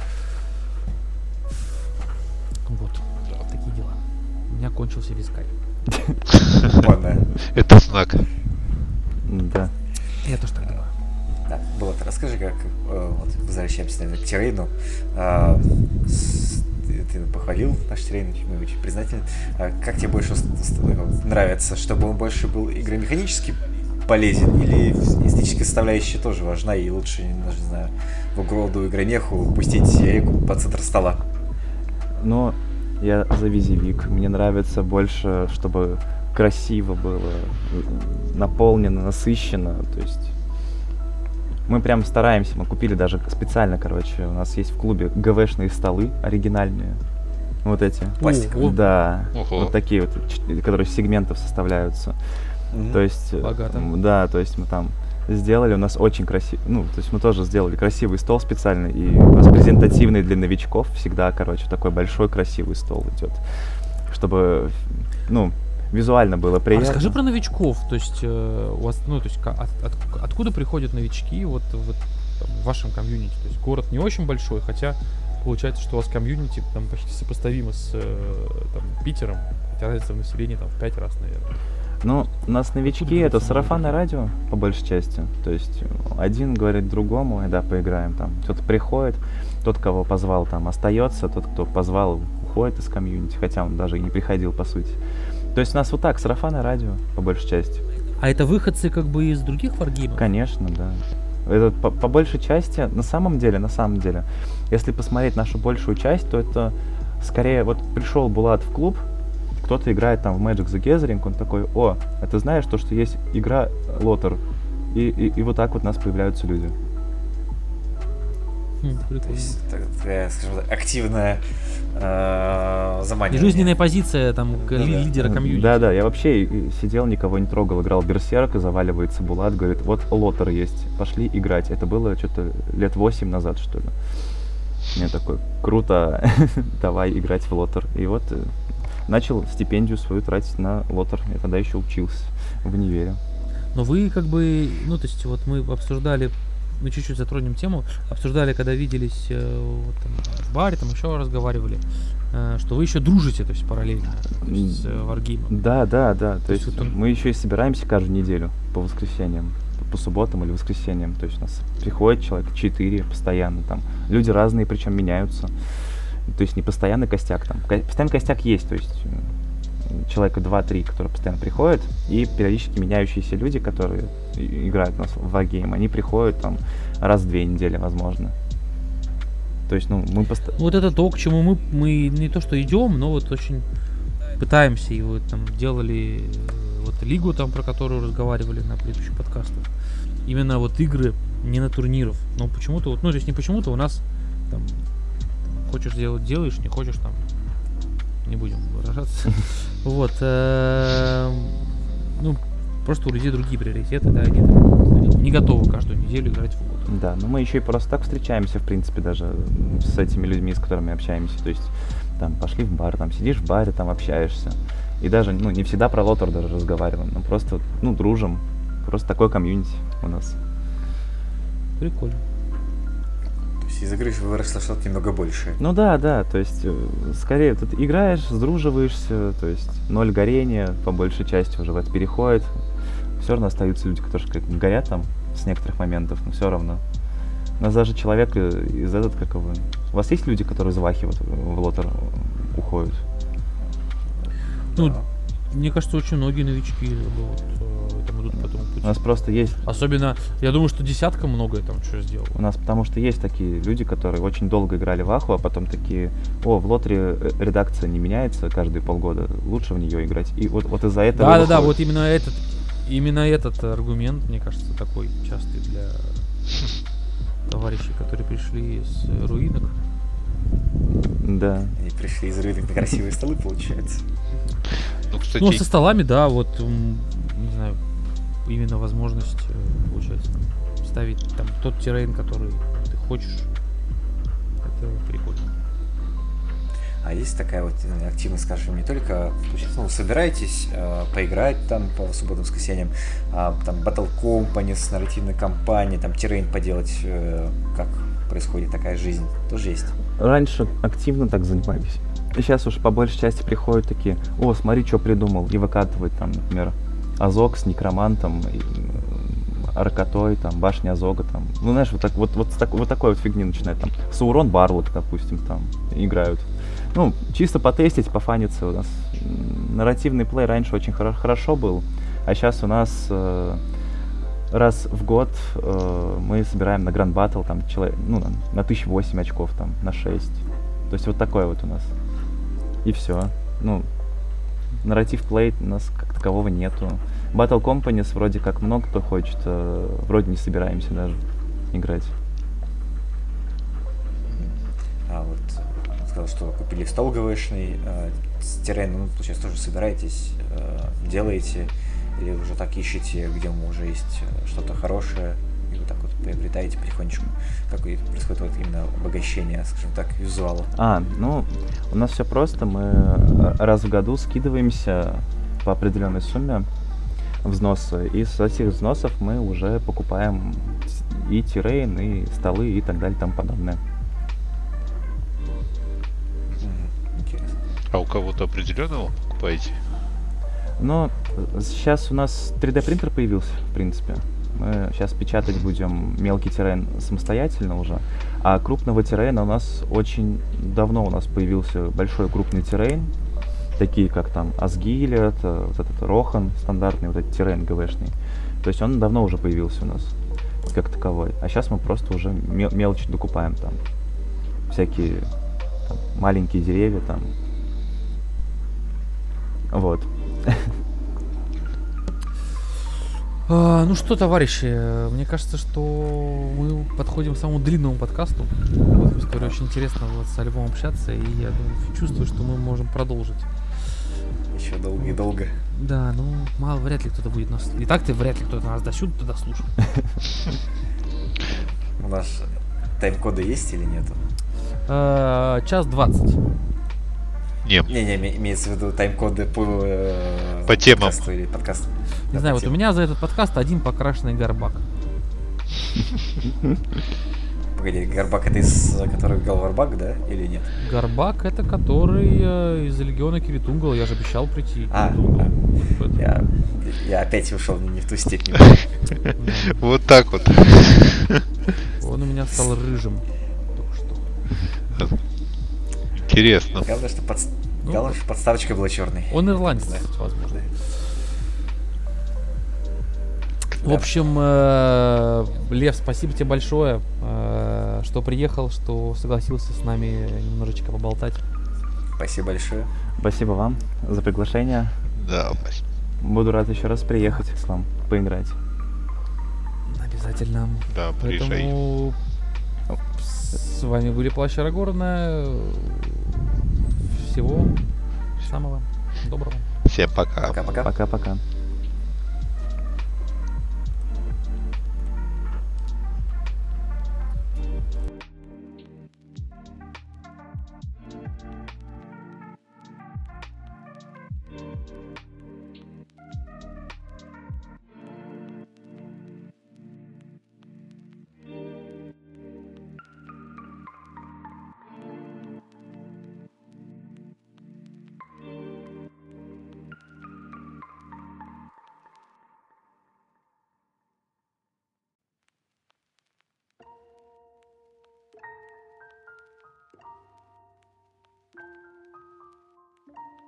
Вот, такие дела. У меня кончился вискарь. Ладно. Это знак. Да. Я тоже так думаю. Да, Булат, расскажи, как э, вот, возвращаемся, наверное, к террейну. А, с- ты, ты похвалил наш террейн, мы очень признательны. А как тебе больше ст- ст- ну, нравится, чтобы он больше был игромеханически полезен, или эстетическая составляющая тоже важна, и лучше, не знаю, в угроду игромеху пустить реку по центр стола? Но я за визивик. Мне нравится больше, чтобы красиво было, э, наполнено, насыщенно. То есть мы прям стараемся. Мы купили даже специально, короче, у нас есть в клубе ГВшные столы оригинальные. Вот эти. Пластиковые. Да. Ого. Вот такие вот, ч- которые из сегментов составляются. Мгм. То есть, э, Богато. м, да, то есть мы там сделали, у нас очень красивый, ну, то есть мы тоже сделали красивый стол специально, и у нас презентативный для новичков всегда, короче, такой большой красивый стол идет, чтобы, ну, визуально было А приятно. расскажи про новичков, то есть э, у вас, ну, то есть ка- от- от- откуда приходят новички вот, вот там, в вашем комьюнити? То есть город не очень большой, хотя получается, что у вас комьюнити там почти сопоставимо с э, там, Питером, хотя разница в населении там в пять раз, наверное. Ну, у нас новички, Откуда это берутся сарафанное молодые? радио, по большей части. То есть один говорит другому, и да, поиграем там. Кто-то приходит, тот, кого позвал, там остается, тот, кто позвал, уходит из комьюнити, хотя он даже и не приходил, по сути. То есть у нас вот так, сарафанное радио, по большей части. А это выходцы как бы из других варгеймов? Конечно, да. Это по, по большей части, на самом деле, на самом деле, если посмотреть нашу большую часть, то это скорее, вот пришел Булат в клуб, кто-то играет там в Magic the Gathering, он такой: о, а ты знаешь то, что есть игра Лотер? И, и, и вот так вот у нас появляются люди. Хм, То прикольно. есть так- такая, скажем так, активная э, И заманивание. жизненная позиция там к- ли- Да-да. лидера комьюнити. Да-да, я вообще и- сидел, никого не трогал, играл в Берсерк, и заваливается Булат, говорит, вот лотер есть, пошли играть. Это было что-то лет восемь назад, что ли. Я такой, круто, давай играть в лотер. И вот э, начал стипендию свою тратить на лотер. Я тогда еще учился в универе. Но вы как бы, ну то есть вот мы обсуждали, мы чуть-чуть затронем тему, обсуждали, когда виделись э, вот, там, в баре, там еще разговаривали, э, что вы еще дружите, то есть параллельно то есть, с э, Wargame. Да, да, да. То, То есть есть вот он- мы еще и собираемся каждую неделю по воскресеньям, по субботам или воскресеньям. То есть у нас приходит человек четыре постоянно там. Люди разные, причем меняются. То есть не постоянный костяк там. Ко- Постоянный костяк есть, то есть э, человека два-три, которые постоянно приходят, и периодически меняющиеся люди, которые и- играют у нас в Wargame, они приходят там раз в две недели, возможно. То есть, ну, мы постоянно... Вот это то, к чему мы, мы не то что идем, но вот очень пытаемся, и вот там делали э, вот лигу там, про которую разговаривали на предыдущих подкастах. Именно вот игры не на турниров. Но почему-то вот, ну то есть не почему-то у нас там хочешь делать, делаешь, не хочешь там, не будем выражаться. Вот. эм, Ну, просто у людей другие приоритеты, да, они там не готовы каждую неделю играть в лото. Да, но мы еще и просто так встречаемся, в принципе, даже м, с этими людьми, с которыми общаемся. То есть, там, пошли в бар, там, сидишь в баре, там, общаешься. И даже, ну, не всегда про лотер даже разговариваем, но просто, ну, дружим. Просто такой комьюнити у нас. Прикольно. То есть из игры выросло что-то немного большее. Ну да, да, то есть, э, скорее, тут играешь, сдруживаешься, то есть, ноль горения, по большей части уже в это переходит. Все равно остаются люди, которые как бы горят там с некоторых моментов, но все равно. У нас даже человек э, из этот, как его... У вас есть люди, которые из Вахи вот в лотер уходят? Ну, Да. мне кажется, очень многие новички вот, э, там идут по этому пути. У нас просто есть... Особенно, я думаю, что десятка многое там что сделал. У нас потому что есть такие люди, которые очень долго играли в Аху, а потом такие, о, в лотере э, редакция не меняется каждые полгода, лучше в нее играть. И вот, вот из-за этого... Да, да, да, выходит. вот именно этот, именно этот аргумент, мне кажется, такой частый для товарищей, которые пришли с э, руинок. Да. Они пришли из рынка на красивые столы, получается. Ну, кстати, Ну, со столами, да, вот, м, не знаю, именно возможность, э, получается, там, ставить там тот террейн, который ты хочешь. Это прикольно. А есть такая вот э, активность, скажем, не только, получается, ну, вы собираетесь э, поиграть там по субботам, воскресеньям, а там Battle Company с нарративной кампанией, там террейн поделать, э, как происходит такая жизнь, тоже есть. Раньше активно так занимались. И сейчас уж по большей части приходят такие, о, смотри, что придумал, и выкатывают там, например, Азог с Некромантом, и, м, Аркатой, там, Башня Азога, там, ну, знаешь, вот, так, вот, вот, с так- вот такой вот фигни начинают, там, Саурон Барлок, допустим, там, играют. Ну, чисто потестить, пофаниться у нас. м, Нарративный плей раньше очень хоро- хорошо был, а сейчас у нас э, раз в год э, мы собираем на Grand Battle, там, человек, ну, на, на тысячу восемь очков, там, на шесть. То есть вот такое вот у нас. И все. Ну, нарратив плей у нас как такового нету. Battle Companies вроде как много кто хочет, э, вроде не собираемся даже играть. А вот э, сказал, что купили стол ГВшный, э, с террейном, ну, получается, тоже собираетесь, э, делаете, или уже так ищете, где уже есть э, что-то хорошее, и вот так вот приобретаете потихонечку. Как и происходит вот именно обогащение, скажем так, визуала. А, ну, у нас все просто. Мы э, раз в году скидываемся по определенной сумме взносы, и с этих взносов мы уже покупаем и террейн, и столы, и так далее, и тому подобное. Мгм, интересно. а у кого-то определенного покупаете? Но сейчас у нас три дэ принтер появился, в принципе. Мы сейчас печатать будем мелкий террейн самостоятельно уже, а крупного террейна у нас очень давно у нас появился большой крупный террейн, такие как там Асгилет, вот этот Рохан стандартный, вот этот террейн ГВшный. То есть он давно уже появился у нас как таковой, а сейчас мы просто уже мел- мелочь докупаем там, всякие там, маленькие деревья там, вот. А, ну что, товарищи, мне кажется, что мы подходим к самому длинному подкасту. Вот в истории очень интересно вот со Львом общаться, и я думаю, чувствую, что мы можем продолжить. Еще долго и долго. Да, ну мало, вряд ли кто-то будет нас. И так ты вряд ли кто-то нас досюда туда слушает. У нас тайм-коды есть или нету? А, час двадцать. Не, Не-не, име- имеется в виду тайм-коды по, э, По темам. подкасту или подкаст. Не Да, знаю, по вот у темам. меня за этот подкаст один покрашенный горбак. Погоди, Горбак это из которых Галварбак, да? Или нет? Горбак это который э, из Легиона Киритунгала, я же обещал прийти. А, Киритунгал. а. Вот поэтому. Я, я опять ушел не в ту степень. вот так вот. Он у меня стал рыжим. Только что. Интересно. Главное, что подс- Ну, главное, что подставочка была черной. Он ирландец, Да. возможно. В общем, э, Лев, спасибо тебе большое, э, что приехал, что согласился с нами немножечко поболтать. Спасибо большое. Спасибо вам за приглашение. Да, спасибо. Буду рад еще раз приехать к вам поиграть. Обязательно. Да, приезжай. Поэтому с вами были Плащ Арагорна. Всего самого доброго. Всем пока. Пока-пока. Пока-пока.